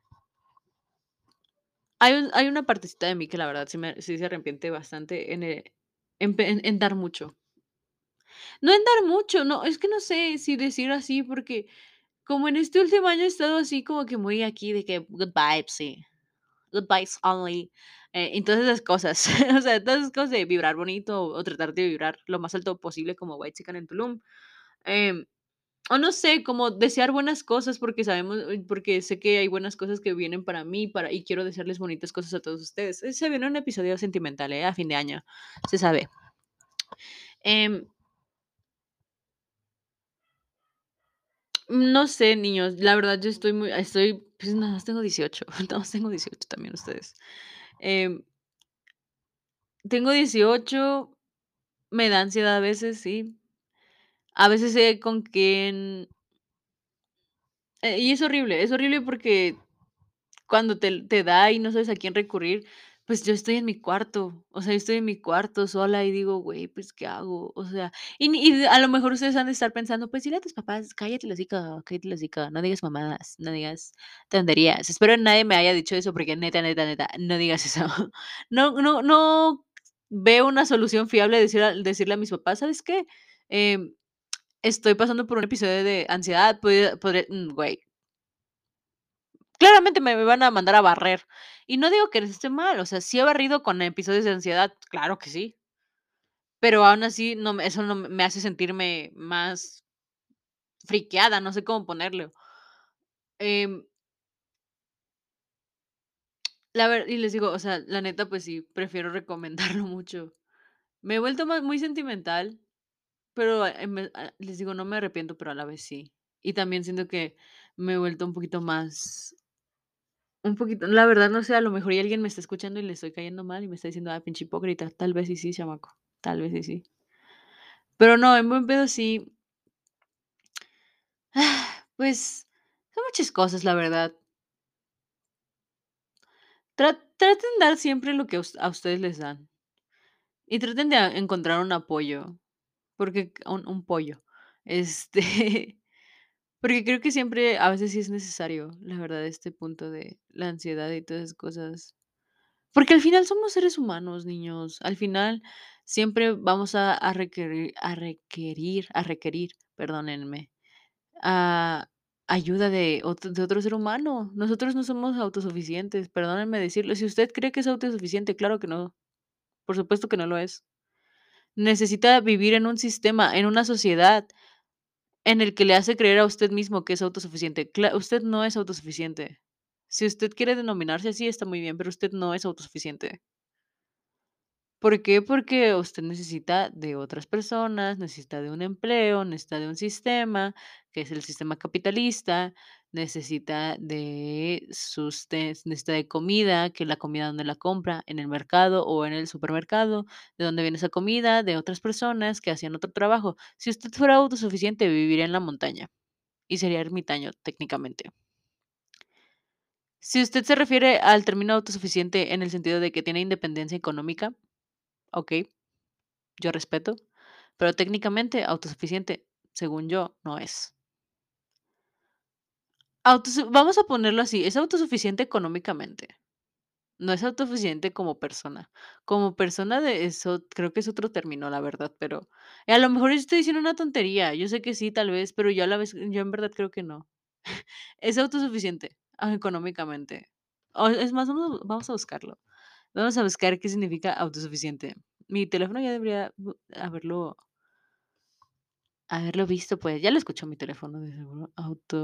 hay una partecita de mí que la verdad sí se arrepiente bastante en dar mucho. No en dar mucho, no, es que no sé si decirlo así, porque como en este último año he estado así como que muy aquí de que good vibes, sí, good vibes only, y todas esas cosas, o sea, todas esas cosas de vibrar bonito o tratar de vibrar lo más alto posible como white chican en Tulum, em o no sé, como desear buenas cosas porque sé que hay buenas cosas que vienen para mí, y quiero desearles bonitas cosas a todos ustedes. Se viene un episodio sentimental, a fin de año, se sabe. Em, no sé, niños, la verdad yo pues nada más tengo 18, nada más tengo 18 también ustedes. Em, tengo 18, me da ansiedad a veces, sí. A veces sé con quién y es horrible porque cuando te da y no sabes a quién recurrir, pues yo estoy en mi cuarto, o sea, yo estoy en mi cuarto sola y digo: "Güey, pues, ¿qué hago?". O sea, y a lo mejor ustedes han de estar pensando: "Pues dile a tus papás, cállate el hocico, no digas mamadas, no digas tonterías". Espero nadie me haya dicho eso porque neta, neta, neta, no digas eso. No veo una solución fiable decirle a mis papás: "¿Sabes qué? Em, estoy pasando por un episodio de ansiedad, güey, claramente me van a mandar a barrer. Y no digo que esté mal, o sea, sí he barrido con episodios de ansiedad, claro que sí, pero aún así eso no me hace sentirme más friqueada, no sé cómo ponerlo. Em, y les digo, o sea, la neta, pues sí, prefiero recomendarlo mucho. Me he vuelto muy sentimental, pero les digo, no me arrepiento, pero a la vez sí. Y también siento que me he vuelto un poquito, la verdad, no sé, a lo mejor y alguien me está escuchando y le estoy cayendo mal y me está diciendo: "Ah, pinche hipócrita". Tal vez y sí, chamaco, tal vez y sí. Pero no, en buen pedo sí, pues, son muchas cosas, la verdad. Traten de dar siempre lo que a ustedes les dan y traten de encontrar un apoyo, porque un pollo, este, porque creo que siempre, a veces sí es necesario, la verdad, este punto de la ansiedad y todas esas cosas. Porque al final somos seres humanos, niños. Al final siempre vamos a requerir, perdónenme, a ayuda de otro ser humano. Nosotros no somos autosuficientes, perdónenme decirlo. Si usted cree que es autosuficiente, claro que no. Por supuesto que no lo es. Necesita vivir en un sistema, en una sociedad en el que le hace creer a usted mismo que es autosuficiente. Usted no es autosuficiente. Si usted quiere denominarse así, está muy bien, pero usted no es autosuficiente. ¿Por qué? Porque usted necesita de otras personas, necesita de un empleo, necesita de un sistema, que es el sistema capitalista, necesita de comida, que la comida donde la compra, en el mercado o en el supermercado, de dónde viene esa comida, de otras personas que hacían otro trabajo. Si usted fuera autosuficiente, viviría en la montaña y sería ermitaño técnicamente. Si usted se refiere al término autosuficiente en el sentido de que tiene independencia económica, ok, yo respeto, pero técnicamente autosuficiente, según yo, no es. Vamos a ponerlo así, es autosuficiente económicamente, no es autosuficiente como persona. Como persona de eso, creo que es otro término, la verdad, pero a lo mejor yo estoy diciendo una tontería, yo sé que sí, tal vez, pero yo a la vez, yo en verdad creo que no. Es autosuficiente económicamente. Es más, vamos a buscarlo. Vamos a buscar qué significa autosuficiente. Mi teléfono ya debería haberlo visto, pues, ya lo escuchó mi teléfono de seguro.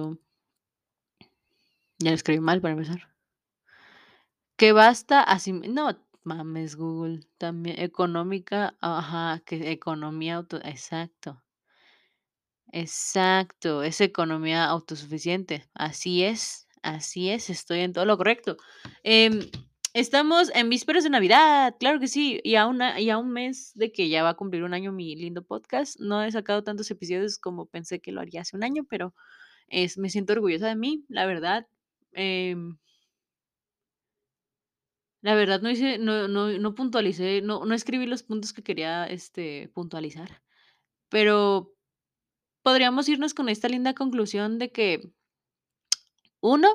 Ya lo escribí mal para empezar. Que basta así no mames, Google, también económica, ajá, que economía exacto, exacto, es economía autosuficiente. Así es, estoy en todo lo correcto. Estamos en vísperas de Navidad, claro que sí, y a un mes de que ya va a cumplir un año mi lindo podcast. No he sacado tantos episodios como pensé que lo haría hace un año, pero me siento orgullosa de mí, la verdad. Em, la verdad no puntualicé, no escribí los puntos que quería, puntualizar, pero podríamos irnos con esta linda conclusión de que, uno,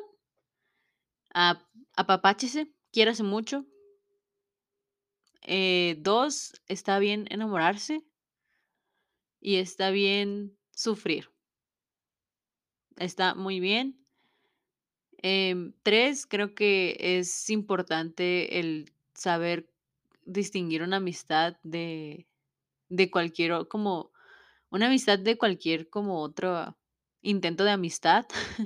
apapáchese, quiérase mucho. 2, está bien enamorarse y está bien sufrir, está muy bien. 3, creo que es importante el saber distinguir una amistad de cualquier como una amistad de cualquier como otro intento de amistad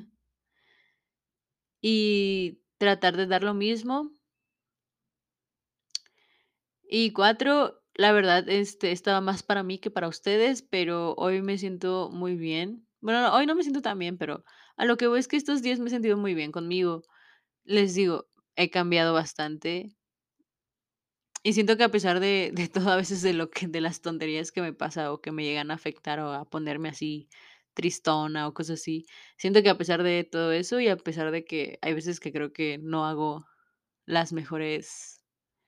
y tratar de dar lo mismo. Y 4, La verdad, estaba más para mí que para ustedes, pero hoy me siento muy bien. Bueno, no, hoy no me siento tan bien, pero a lo que voy es que estos días me he sentido muy bien conmigo. Les digo, he cambiado bastante y siento que a pesar de todo, a veces de las tonterías que me pasa o que me llegan a afectar o a ponerme así tristona o cosas así, siento que a pesar de todo eso y a pesar de que hay veces que creo que no hago las mejores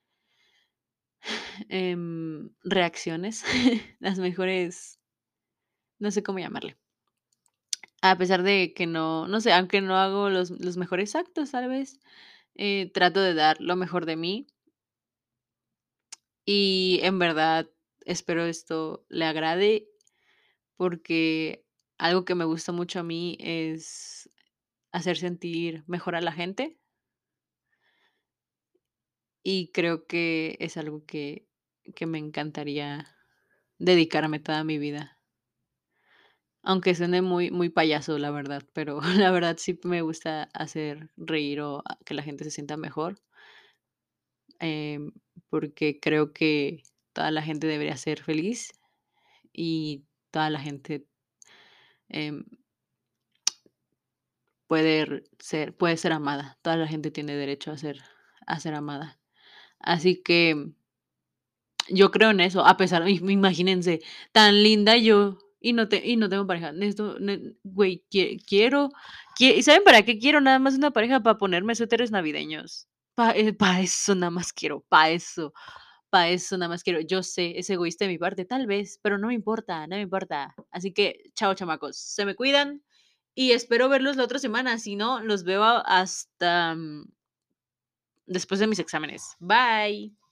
reacciones, las mejores, no sé cómo llamarle. A pesar de que no sé, aunque no hago los mejores actos, tal vez, trato de dar lo mejor de mí, y en verdad espero esto le agrade, porque algo que me gusta mucho a mí es hacer sentir mejor a la gente, y creo que es algo que me encantaría dedicarme toda mi vida. Aunque suene muy payaso, la verdad, pero la verdad sí me gusta hacer reír o que la gente se sienta mejor, porque creo que toda la gente debería ser feliz y toda la gente, em, puede ser amada. Toda la gente tiene derecho a ser amada. Así que yo creo en eso, a pesar imagínense, tan linda yo y no tengo pareja. Necesito güey, ¿y saben para qué quiero nada más una pareja? Para ponerme suéteres navideños. Para eso nada más quiero, para eso nada más quiero. Yo sé, es egoísta de mi parte, tal vez, pero no me importa, no me importa. Así que, chao, chamacos, se me cuidan y espero verlos la otra semana, si no, los veo hasta, después de mis exámenes. Bye.